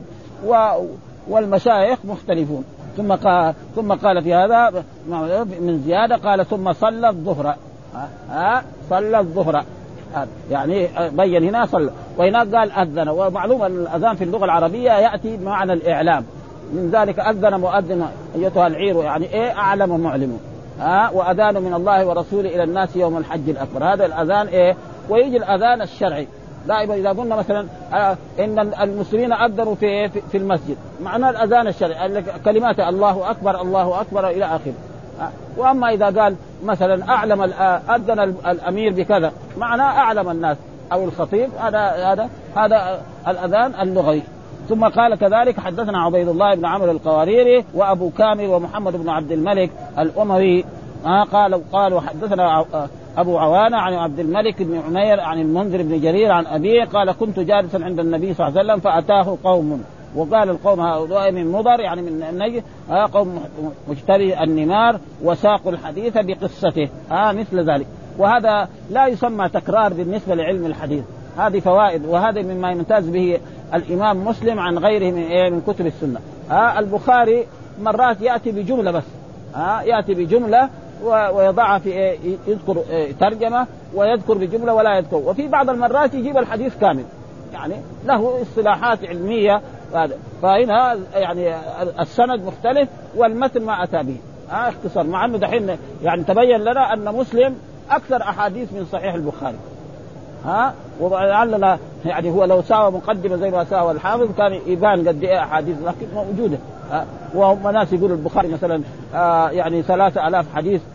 [SPEAKER 2] والمشايخ مختلفون. ثم قال ثم قال في هذا من زيادة قال ثم صلى الظهر ها صلى الظهر يعني بين هنا صلى وهناك قال أذن. ومعلوم أن الأذان في اللغة العربية يأتي بمعنى الإعلام، من ذلك أذن مؤذن أيتها العير يعني إيه أعلم معلم ها وأذان من الله ورسوله إلى الناس يوم الحج الأكبر. هذا الأذان إيه. ويجي الأذان الشرعي دائما إذا قلنا مثلا آه إن المسلمين أذنوا في في المسجد معنى الأذان الشرعي كلمات الله أكبر الله أكبر إلى آخره. آه وأما إذا قال مثلا أعلم أذن الأمير بكذا معنى أعلم الناس أو الخطيب، هذا هذا هذا الأذان اللغوي. ثم قال كذلك حدثنا عبيد الله بن عمرو القواريري وأبو كامل ومحمد بن عبد الملك الأموي آه قالوا قالوا حدثنا أبو عوانة عن عبد الملك بن عمير عن المنذر بن جرير عن أبيه قال كنت جالسا عند النبي صلى الله عليه وسلم فأتاه قوم وقال القوم هؤلاء من مضر يعني من النجد آه قوم مجتري النمار وساقوا الحديث بقصته آه مثل ذلك. وهذا لا يسمى تكرار بالنسبة لعلم الحديث، هذه فوائد وهذا مما يمتاز به الإمام مسلم عن غيره من إيه من كتب السنة. آه البخاري مرات يأتي بجملة بس آه يأتي بجملة ويضعها في إيه يذكر إيه ترجمة ويذكر بجملة ولا يذكر، وفي بعض المرات يجيب الحديث كامل يعني له اصطلاحات علمية. فهنا يعني السند مختلف والمتن ما أتى به آه اختصار، مع أنه دحين يعني تبين لنا أن مسلم أكثر أحاديث من صحيح البخاري ها ولعلنا يعني هو لو ساوى مقدمة زي ما ساوى الحافظ كان يبان قد ايه احاديث لكن موجوده. وهم ناس يقولوا البخاري مثلا آه يعني ثلاثة آلاف حديث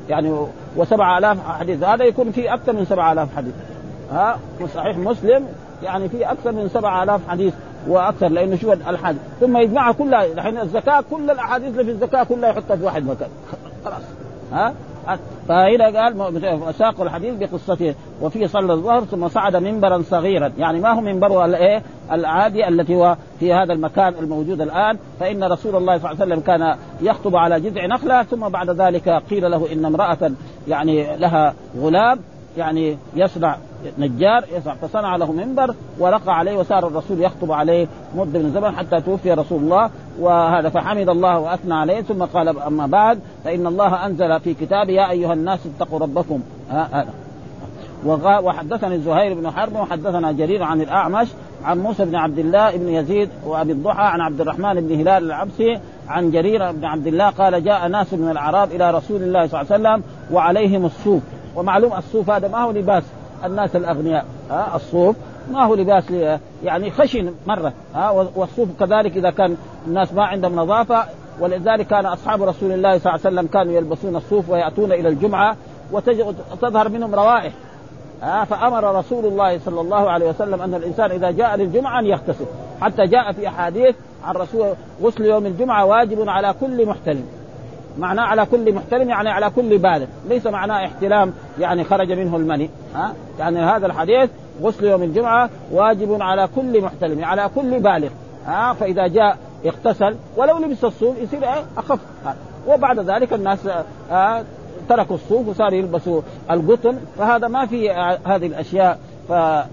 [SPEAKER 2] يعني وسبع آلاف حديث، هذا يكون فيه أكثر من سبع آلاف حديث. ها صحيح مسلم يعني فيه أكثر من سبع آلاف حديث وأكثر، لأنه شو الحديث ثم يجمعها كلها. الحين الزكاة كل الأحاديث اللي في الزكاة كلها يحطها في واحد مكان خلاص. ها فهنا قال ساق الحديث بقصته وفيه صلى الظهر ثم صعد منبرا صغيرا، يعني ما هو منبر الايه العادي التي هو في هذا المكان الموجود الآن، فإن رسول الله صلى الله عليه وسلم كان يخطب على جذع نخلة، ثم بعد ذلك قيل له إن امرأة يعني لها غلام يعني يصنع نجار يصنع، فصنع له منبر ورقى عليه وصار الرسول يخطب عليه مدة من الزمن حتى توفي رسول الله. وهذا فحمد الله وأثنى عليه ثم قال أما بعد فإن الله أنزل في كتابه يا أيها الناس اتقوا ربكم. هذا وحدثني زهير بن حرب وحدثنا جرير عن الأعمش عن موسى بن عبد الله بن يزيد وأبي الضحى عن عبد الرحمن بن هلال العبسي عن جرير بن عبد الله قال جاء ناس من الأعراب إلى رسول الله صلى الله عليه وسلم وعليهم الصوف. ومعلوم الصوف هذا ما هو لباس الناس الأغنياء، ها الصوف ما هو لباس يعني خشن مرة، ها والصوف كذلك إذا كان الناس ما عندهم نظافة. ولذلك كان أصحاب رسول الله صلى الله عليه وسلم كانوا يلبسون الصوف ويأتون إلى الجمعة وتظهر منهم روائح، ها فأمر رسول الله صلى الله عليه وسلم أن الإنسان إذا جاء للجمعة أن يغتسل، حتى جاء في أحاديث عن رسول غسل يوم الجمعة واجب على كل محتلم. معناه على كل محتلم يعني على كل بالغ، ليس معناه احتلام يعني خرج منه المني، ها يعني هذا الحديث غسل يوم الجمعة واجب على كل محتلم على كل بالغ، ها فإذا جاء اغتسل ولو لبس الصوف يصير أخف. وبعد ذلك الناس تركوا الصوف وصار يلبسوا القطن، فهذا ما في هذه الأشياء. ف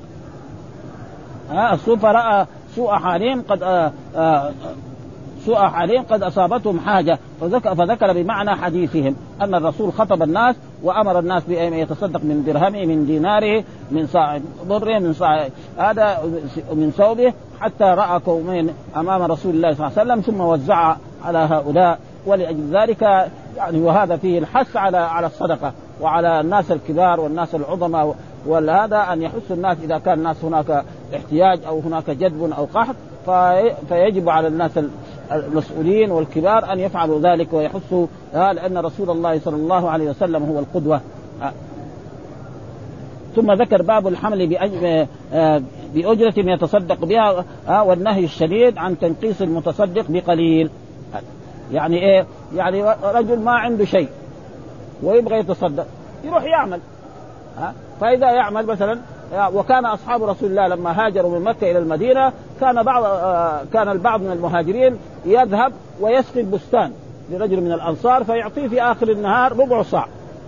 [SPEAKER 2] الصوف رأى سوء حالهم قد آآ آآ سوء حالهم قد أصابتهم حاجة، فذكر, فذكر بمعنى حديثهم أن الرسول خطب الناس وأمر الناس بأن يتصدق من درهمه من ديناره من صاع ضره من صاع هذا من ثوبه، حتى رأى كومين أمام رسول الله صلى الله عليه وسلم ثم وزع على هؤلاء. ولأجل ذلك يعني وهذا فيه الحث على على الصدقة وعلى الناس الكبار والناس العظماء، وهذا أن يحث الناس إذا كان الناس هناك احتياج أو هناك جدب أو قحط فيجب على الناس المسؤولين والكبار أن يفعلوا ذلك ويحثوا، لأن رسول الله صلى الله عليه وسلم هو القدوة. ثم ذكر باب الحمل بأجرة يتصدق بها والنهي الشديد عن تنقيص المتصدق بقليل. يعني إيه؟ يعني رجل ما عنده شيء ويبغى يتصدق يروح يعمل، فإذا يعمل مثلا، وكان أصحاب رسول الله لما هاجروا من مكة إلى المدينة كان بعض كان البعض من المهاجرين يذهب ويسقي البستان لرجل من الأنصار فيعطيه في آخر النهار ربع صاع،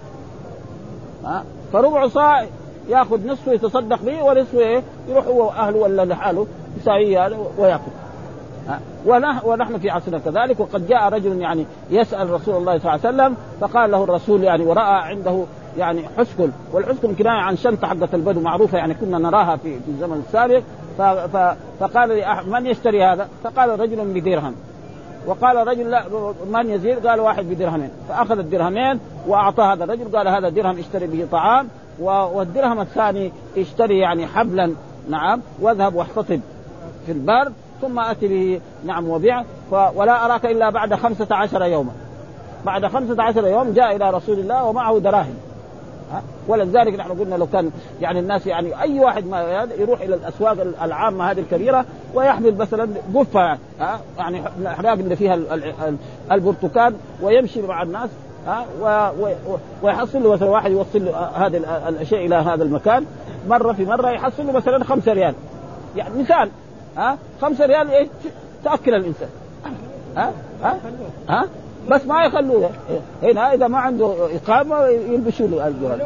[SPEAKER 2] فربع صاع يأخذ نصفه يتصدق به ونصفه يروح هو أهله ولا لحاله يساويه ويأكل. ونحن في عصرنا كذلك. وقد جاء رجل يعني يسأل رسول الله صلى الله عليه وسلم فقال له الرسول يعني ورأى عنده يعني حسكل، والحسكل كناية عن شنطة حقة البدو معروفة يعني كنا نراها في في الزمن السابق. فقال لي من يشتري هذا؟ فقال رجل بدرهم، وقال رجل لا من يزيد؟ قال واحد بدرهمين، فأخذ الدرهمين وأعطاه هذا الرجل، قال هذا درهم اشتري به طعام، والدرهم الثاني اشتري يعني حبلا نعم واذهب واحتطب في البر ثم أتي به نعم وبيع، ولا أراك إلا بعد خمسة عشر يوما. بعد خمسة عشر يوم جاء إلى رسول الله ومعه دراهم. ولذلك نحن قلنا لو كان يعني الناس يعني أي واحد ما يروح إلى الأسواق العامة هذه الكبيرة ويحمل مثلا قفة يعني الأحراق اللي فيها البرتقال ويمشي مع الناس ويحصل له مثلا واحد يوصل له هذه الأشياء إلى هذا المكان مرة في مرة يحصل له مثلا خمسة ريال، يعني مثال ها خمسة ريال إيه تأكل الإنسان، ها ها ها بس ما يخلوه هنا إذا ما عنده إقامة يلبسوا له الجوال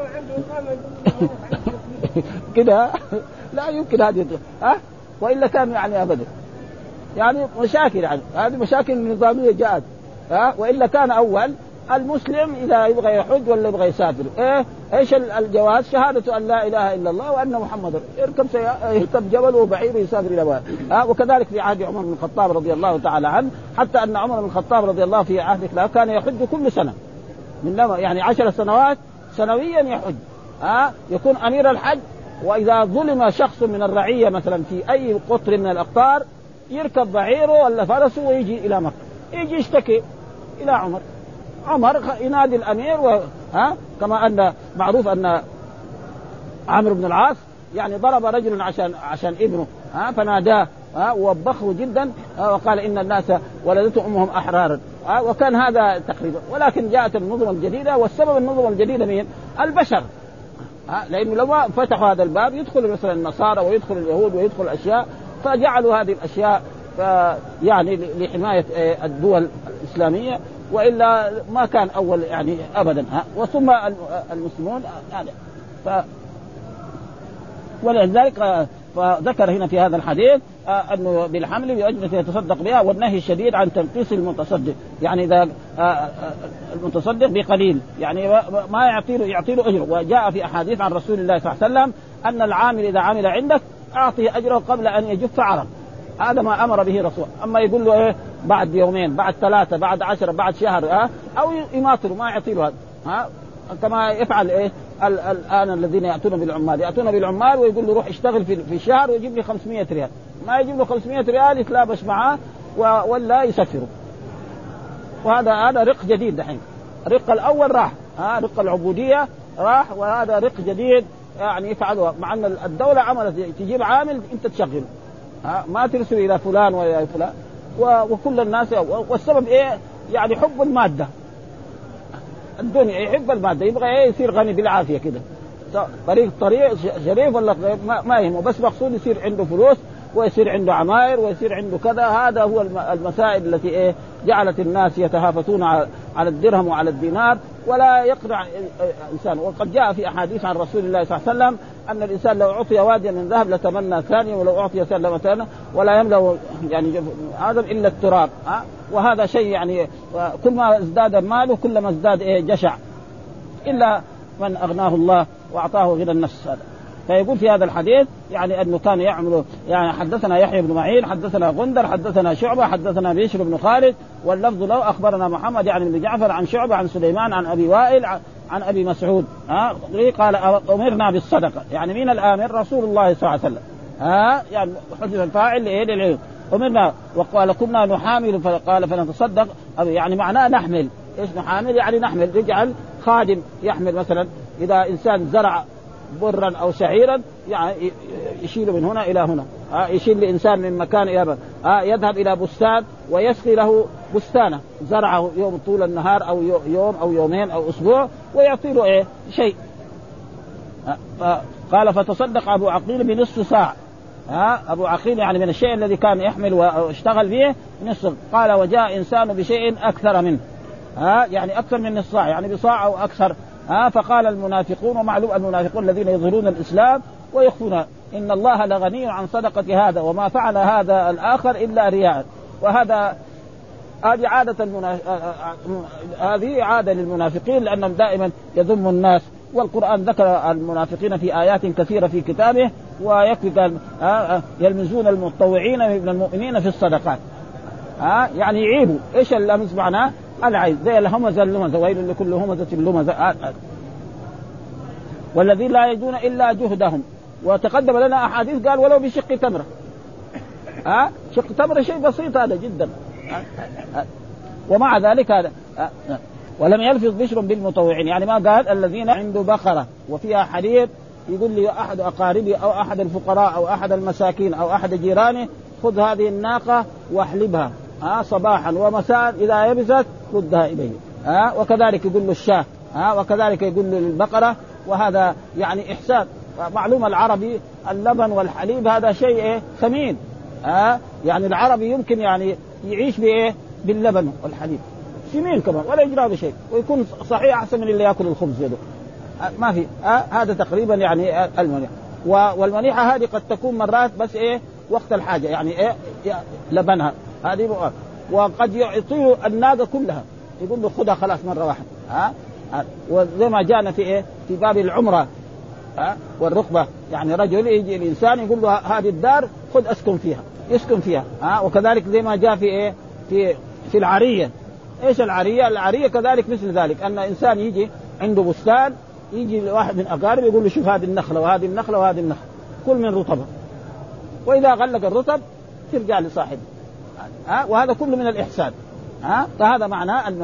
[SPEAKER 2] كده لا يمكن هذه ها وإلا كان يعني أبدا يعني مشاكل، يعني هذه مشاكل نظامية جاءت ها. وإلا كان أول المسلم إذا يبغى يحج ولا يبغى يسافر إيه إيش الجواز؟ شهادة أن لا إله إلا الله وأن محمد، يركب يركب جبل وبعير يسافر إلى بلد. ها وكذلك في عهد عمر بن الخطاب رضي الله تعالى عنه، حتى أن عمر بن الخطاب رضي الله في عهده كان يحج كل سنة من لما يعني عشر سنوات سنويا يحج. ها يكون أمير الحج، وإذا ظلم شخص من الرعية مثلا في أي قطر من الأقطار يركب بعيره ولا فرسه ويجي إلى مكة، يجي يشتكي إلى عمر عمر ينادي الأمير و... ها كما أن معروف أن عمرو بن العاص يعني ضرب رجل عشان عشان ابنه ها فناداه ها ووبخه جدا وقال إن الناس ولدتهم أمهم أحرارا ها وكان هذا تقريبا. ولكن جاءت النظم الجديدة، والسبب النظم الجديدة مين؟ البشر ها، لأنه لو ما فتحوا هذا الباب يدخل مثلا النصارى ويدخل اليهود ويدخل أشياء، فجعلوا هذه الأشياء يعني لحماية الدول الإسلامية، وإلا ما كان أول يعني أبدا ها. وثم المسلمون يعني ف ولذلك فذكر هنا في هذا الحديث أنه بالحمل بأجرة يتصدق بها، والنهي الشديد عن تنقيص المتصدق، يعني إذا المتصدق بقليل يعني ما يعطيه يعطيه أجره. وجاء في أحاديث عن رسول الله صلى الله عليه وسلم أن العامل إذا عمل عندك أعطيه أجره قبل أن يجف عرق، هذا ما أمر به رسول. أما يقول له إيه بعد يومين بعد ثلاثة بعد عشرة بعد شهر ها أو يماطل ما يعطيه هذا ها، كما يفعل إيه الآن الذين يأتون بالعمال يأتون بالعمال ويقول له روح اشتغل في في شهر ويجيب لي خمسمائة ريال، ما يجيب له خمسمائة ريال يتلابش معاه ولا يسفره. وهذا هذا رق جديد دحين، الرق الأول راح ها رق العبودية راح، وهذا رق جديد يعني يفعلها، مع أن الدولة عملت تجيب عامل أنت تشغله ها ما ترسل إلى فلان وإلى فلان وكل الناس. والسبب إيه؟ يعني حب المادة، الدنيا يحب المادة، يبغى إيه يصير غني بالعافية كده، طريق طريق شريف ولا ما, ما يهمه، بس مقصود يصير عنده فلوس ويصير عنده عماير ويصير عنده كذا. هذا هو المسائل التي إيه جعلت الناس يتهافتون على الدرهم وعلى الدينار ولا يقنع إنسان. وقد جاء في أحاديث عن رسول الله صلى الله عليه وسلم أن الإنسان لو أعطي واديا من ذهب لتمنى ثانية، ولو أعطي سلمة ولا يملأ يعني هذا إلا التراب ها. وهذا شيء يعني كل ما ازداد ماله كل ما ازداد إيه جشع، إلا من أغناه الله وأعطاه غنى النفس. هذا فيقول في هذا الحديث يعني أنه كان يعمل يعني حدثنا يحيى بن معين حدثنا غندر حدثنا شعبة حدثنا بشر بن خالد واللفظ له أخبرنا محمد يعني بن جعفر عن شعبة عن سليمان عن أبي وائل عن أبي مسعود ها قال أمرنا بالصدقة، يعني مين الآمر؟ رسول الله صلى الله عليه وسلم ها، يعني حدث الفاعل لإيه للعلم أمرنا. وقال كنا نحامل فقال فنتصدق، يعني معناه نحمل. إيش نحامل؟ يعني نحمل، يجعل خادم يحمل، مثلا إذا إنسان زرع برا أو شعيرا يعني يشيله من هنا إلى هنا ها، يشيل لإنسان من مكان إلى مكان ها، يذهب إلى بستان ويسقي له بستانه زرعه يوم طول النهار أو يوم أو يومين أو أسبوع ويعطي له إيه شيء. قال فتصدق أبو عقيل بنصف ساعة ها، أبو عقيل يعني من الشيء الذي كان يحمل واشتغل به نصف. قال وجاء إنسان بشيء أكثر منه ها، يعني أكثر من نصف ساعة يعني بصاع أو أكثر ها. فقال المنافقون، ومعلوم المنافقون الذين يظهرون الإسلام ويخفون، إن الله لغني عن صدقة هذا وما فعل هذا الآخر إلا رياء. وهذا هذه عادة المناف... هذه عادة للمنافقين لأنهم دائما يذم الناس. والقرآن ذكر المنافقين في آيات كثيرة في كتابه، ويكفي قال يلمزون المتطوعين من المؤمنين في الصدقات ها، يعني يعيبوا. إيش اللمز معناه؟ العيب، زي الهمزة اللمزة، ويل لكل همزة لمزة. والذين لا يجدون إلا جهدهم. وتقدم لنا أحاديث قال ولو بشق تمرة ها، شق تمرة شيء بسيط هذا جدا. ومع ذلك هذا ولم يلفظ بشر بالمطوعين، يعني ما قال الذين عنده بقرة وفيها حليب يقول لي أحد أقاربي أو أحد الفقراء أو أحد المساكين أو أحد جيرانه خذ هذه الناقة واحلبها ها صباحا ومساء، إذا يبست ردها إليه ها. وكذلك يقول له الشاة ها، وكذلك يقول له البقرة. وهذا يعني إحسان. معلومة العربي اللبن والحليب هذا شيء إيه ثمين ها، يعني العربي يمكن يعني يعيش بإيه باللبن والحليب ثمين كمان ولا يجرى بشيء، ويكون صحيح أحسن من اللي يأكل الخبز يده ما في ها. هذا تقريبا يعني المنيحة. والمنيحة هذه قد تكون مرات بس إيه وقت الحاجة، يعني إيه لبنها هذه بقى. وقد يعطيه الناقة كلها يقول له خذها خلاص مرة واحدة ها. وزي ما جاءنا في إيه في باب العمرة ها والرقبة، يعني رجل يجي الإنسان يقول له هذه الدار خذ أسكن فيها يسكن فيها ها. وكذلك زي ما جاء في إيه في في العرية. إيش العرية؟ العرية كذلك مثل ذلك، أن إنسان يجي عنده بستان يجي واحد من أقارب يقول له شوف هذه النخلة وهذه النخلة وهذه النخلة كل من رطبها، وإذا غلق الرطب ترجع لصاحبه ها. وهذا كله من الإحسان ها. فهذا معناه المنيحة.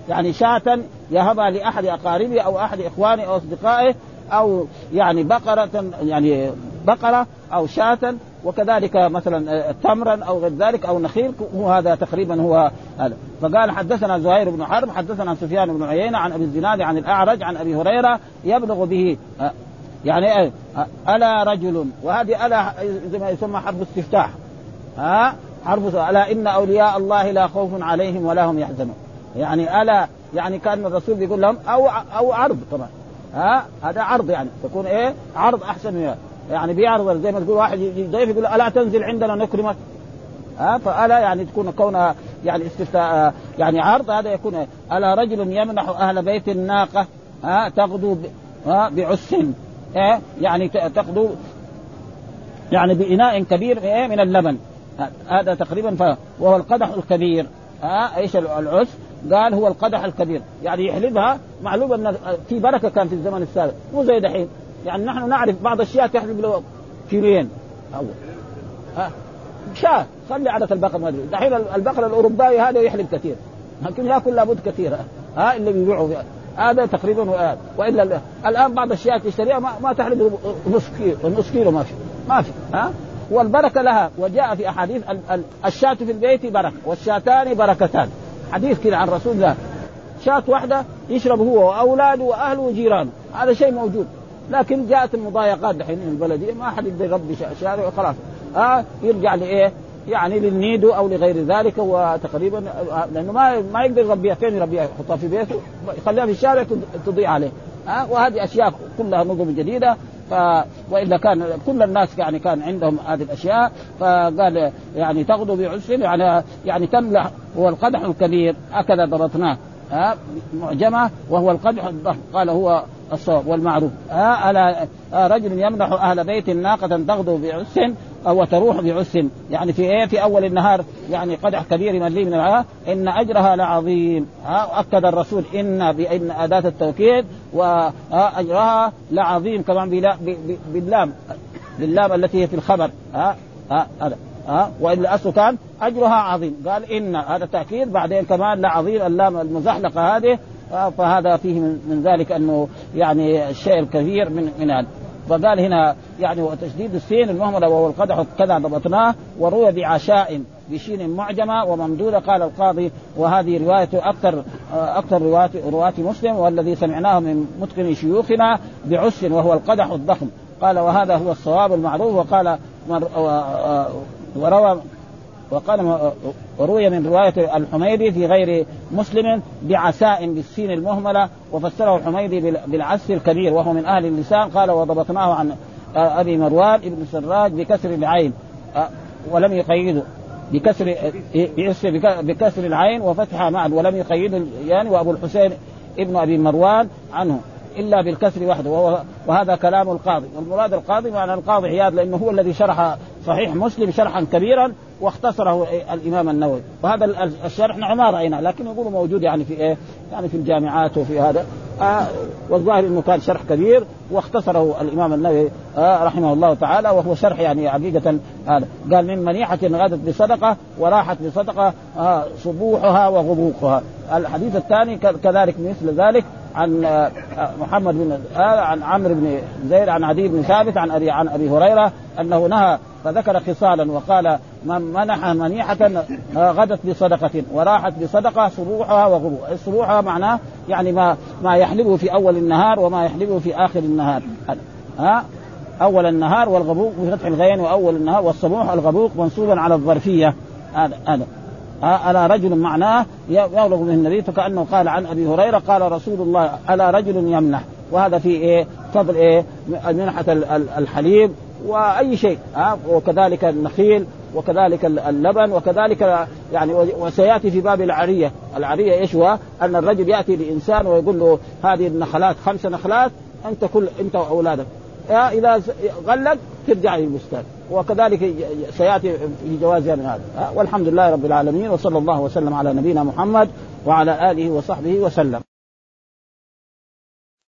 [SPEAKER 2] يعني شاة يهبها لأحد أقاربه أو أحد إخوانه أو أصدقائه، أو يعني بقرة يعني بقرة أو شاة، وكذلك مثلا تمرا أو غير ذلك أو نخيل، وهذا تقريبا هو هذا. فقال حدثنا زهير بن حرب حدثنا سفيان بن عيينة عن أبي الزناد عن الأعرج عن أبي هريرة يبلغ به يعني ألا رجل، وهذه ألا زي ما يسمى حرف استفتاح، ها حرف ألا إن أولياء الله لا خوف عليهم ولا هم يحزنون، يعني ألا يعني كان الرسول بيقول لهم أو أو عرض طبعا، ها هذا عرض يعني تكون إيه عرض أحسن، يعني بيعرض زي ما تقول واحد ضيف يقول ألا تنزل عندنا نكرمك، ها فألا يعني تكون كونها يعني استفتاء يعني عرض، هذا يكون ألا رجل يمنح أهل بيت الناقة ها تغدو ها بعس، إيه يعني تغدو يعني بإناء كبير إيه من اللبن، هذا تقريبا ف... وهو القدح الكبير، ها ايش العس؟ قال هو القدح الكبير، يعني يحلبها معلوم ان في بركه كان في الزمن السابق، مو زي دحين، يعني نحن نعرف بعض الشيء تحلب له كيلوين اول ها شاة، خلي عادة البقر ما ادري دحين البقر الاوروبي هذا يحلب كثير، لكن ياكل لابد كثير ها اللي بيبيعوا هذا تقريبا وآد. والا الان بعض الشيء تشتريها ما, ما تحلب نص كيلو، نص كيلو ما في ما في ها، والبركة لها. وجاء في أحاديث الشاة في البيت بركة والشاتان بركتان، حديث كده عن رسول الله، شاة واحدة يشرب هو وأولاده وأهله وجيرانه، هذا شيء موجود. لكن جاءت المضايقات دحين من البلدية ما أحد يقدر يربي شارع وخلاص، آه يرجع لإيه يعني للنيدو أو لغير ذلك، وتقريبا لأنه ما ما يقدر يربيها، فين يربيها؟ يحطها في بيته يخليها في الشارع تضيع عليه، آه وهذه أشياء كلها نظم جديدة. ف... وإلا كان كل الناس يعني كان عندهم هذه الأشياء، فقال يعني تغدو بعسر يعني يعني تملح، هو القدح الكبير هكذا ضبطناه ها معجمة، وهو القدح الضخم، قال هو الصواب والمعروف. ها ألا رجل يمنح أهل بيت ناقة تغدو بعس أو تروح بعس، يعني في إيه في أول النهار يعني قدح كبير يملي من العاء، إن أجرها لعظيم. ها أكد الرسول إن بأن أداة التوكيد، وأجرها لعظيم كمان باللام باللام التي هي في الخبر، ها ها هذا ها وإلا أصله كان أجرها عظيم، قال إن هذا تأكيد بعدين كمان لعظيم اللام المزحلقة هذه، فهذا فيه من ذلك أنه يعني الشيء الكثير من من هذا. فقال هنا يعني وتشديد السين المهملة وهو القدح كذا ضبطناه. وروي بعشاء بشين معجمة وممدودة، قال القاضي وهذه رواية أكثر أكثر رواية رواة مسلم، والذي سمعناه من متقن شيوخنا بعس وهو القدح الضخم، قال وهذا هو الصواب المعروف. وقال وروى وقال وروي من رواية الحميدي في غير مسلم بعساء بالسين المهملة، وفسره الحميدي بالعس الكبير وهو من أهل اللسان، قال وضبطناه عن أبي مروان ابن سراج بكسر العين ولم يقيده بكسر بكسر العين وفتحها معا ولم يقيده يعني، وأبو الحسين ابن أبي مروان عنه إلا بالكسر وحده، وهو وهذا كلام القاضي. والمراد القاضي معنى القاضي عياض، لأنه هو الذي شرح صحيح مسلم شرحا كبيرا واختصره الإمام النووي، وهذا الشرح نحن ما رأينا، لكن يقولوا موجود يعني في إيه يعني في الجامعات وفي هذا، آه والظاهر إنه كان شرح كبير واختصره الإمام النووي آه رحمه الله تعالى، وهو شرح يعني حقيقة هذا. قال من منيحة غدت بصدقة وراحت بصدقة آه صبوحها وغبوقها. الحديث الثاني كذلك مثل ذلك عن محمد بن عن عمرو بن زيد عن عدي بن ثابت عن أبي عن أبي هريرة أنه نهى فذكر خصالا وقال من منح منيحة غدت بصدقة وراحت بصدقة صبوحها وغبوها. الصبوحها معناه يعني ما ما يحلبه في أول النهار وما يحلبه في آخر النهار، ها أول النهار، والغبوق بفتح الغين وأول النهار، والصبوح الغبوق منصوبا على الظرفية. هذا هذا ألا رجل معناه يبلغ من النبي، فكأنه قال عن أبي هريرة قال رسول الله ألا رجل يمنح، وهذا في إيه فضل إيه منحة الحليب وأي شيء، ها وكذلك النخيل وكذلك اللبن وكذلك يعني. وسيأتي في باب العرية. العرية إيش هو؟ أن الرجل يأتي لإنسان ويقول له هذه النخلات خمس نخلات أنت كل أنت وأولادك، إذا غلق ترجع للبستان، وكذلك سيأتي في جوازها من هذا. والحمد لله رب العالمين، وصلى الله وسلم على نبينا محمد وعلى آله وصحبه وسلم.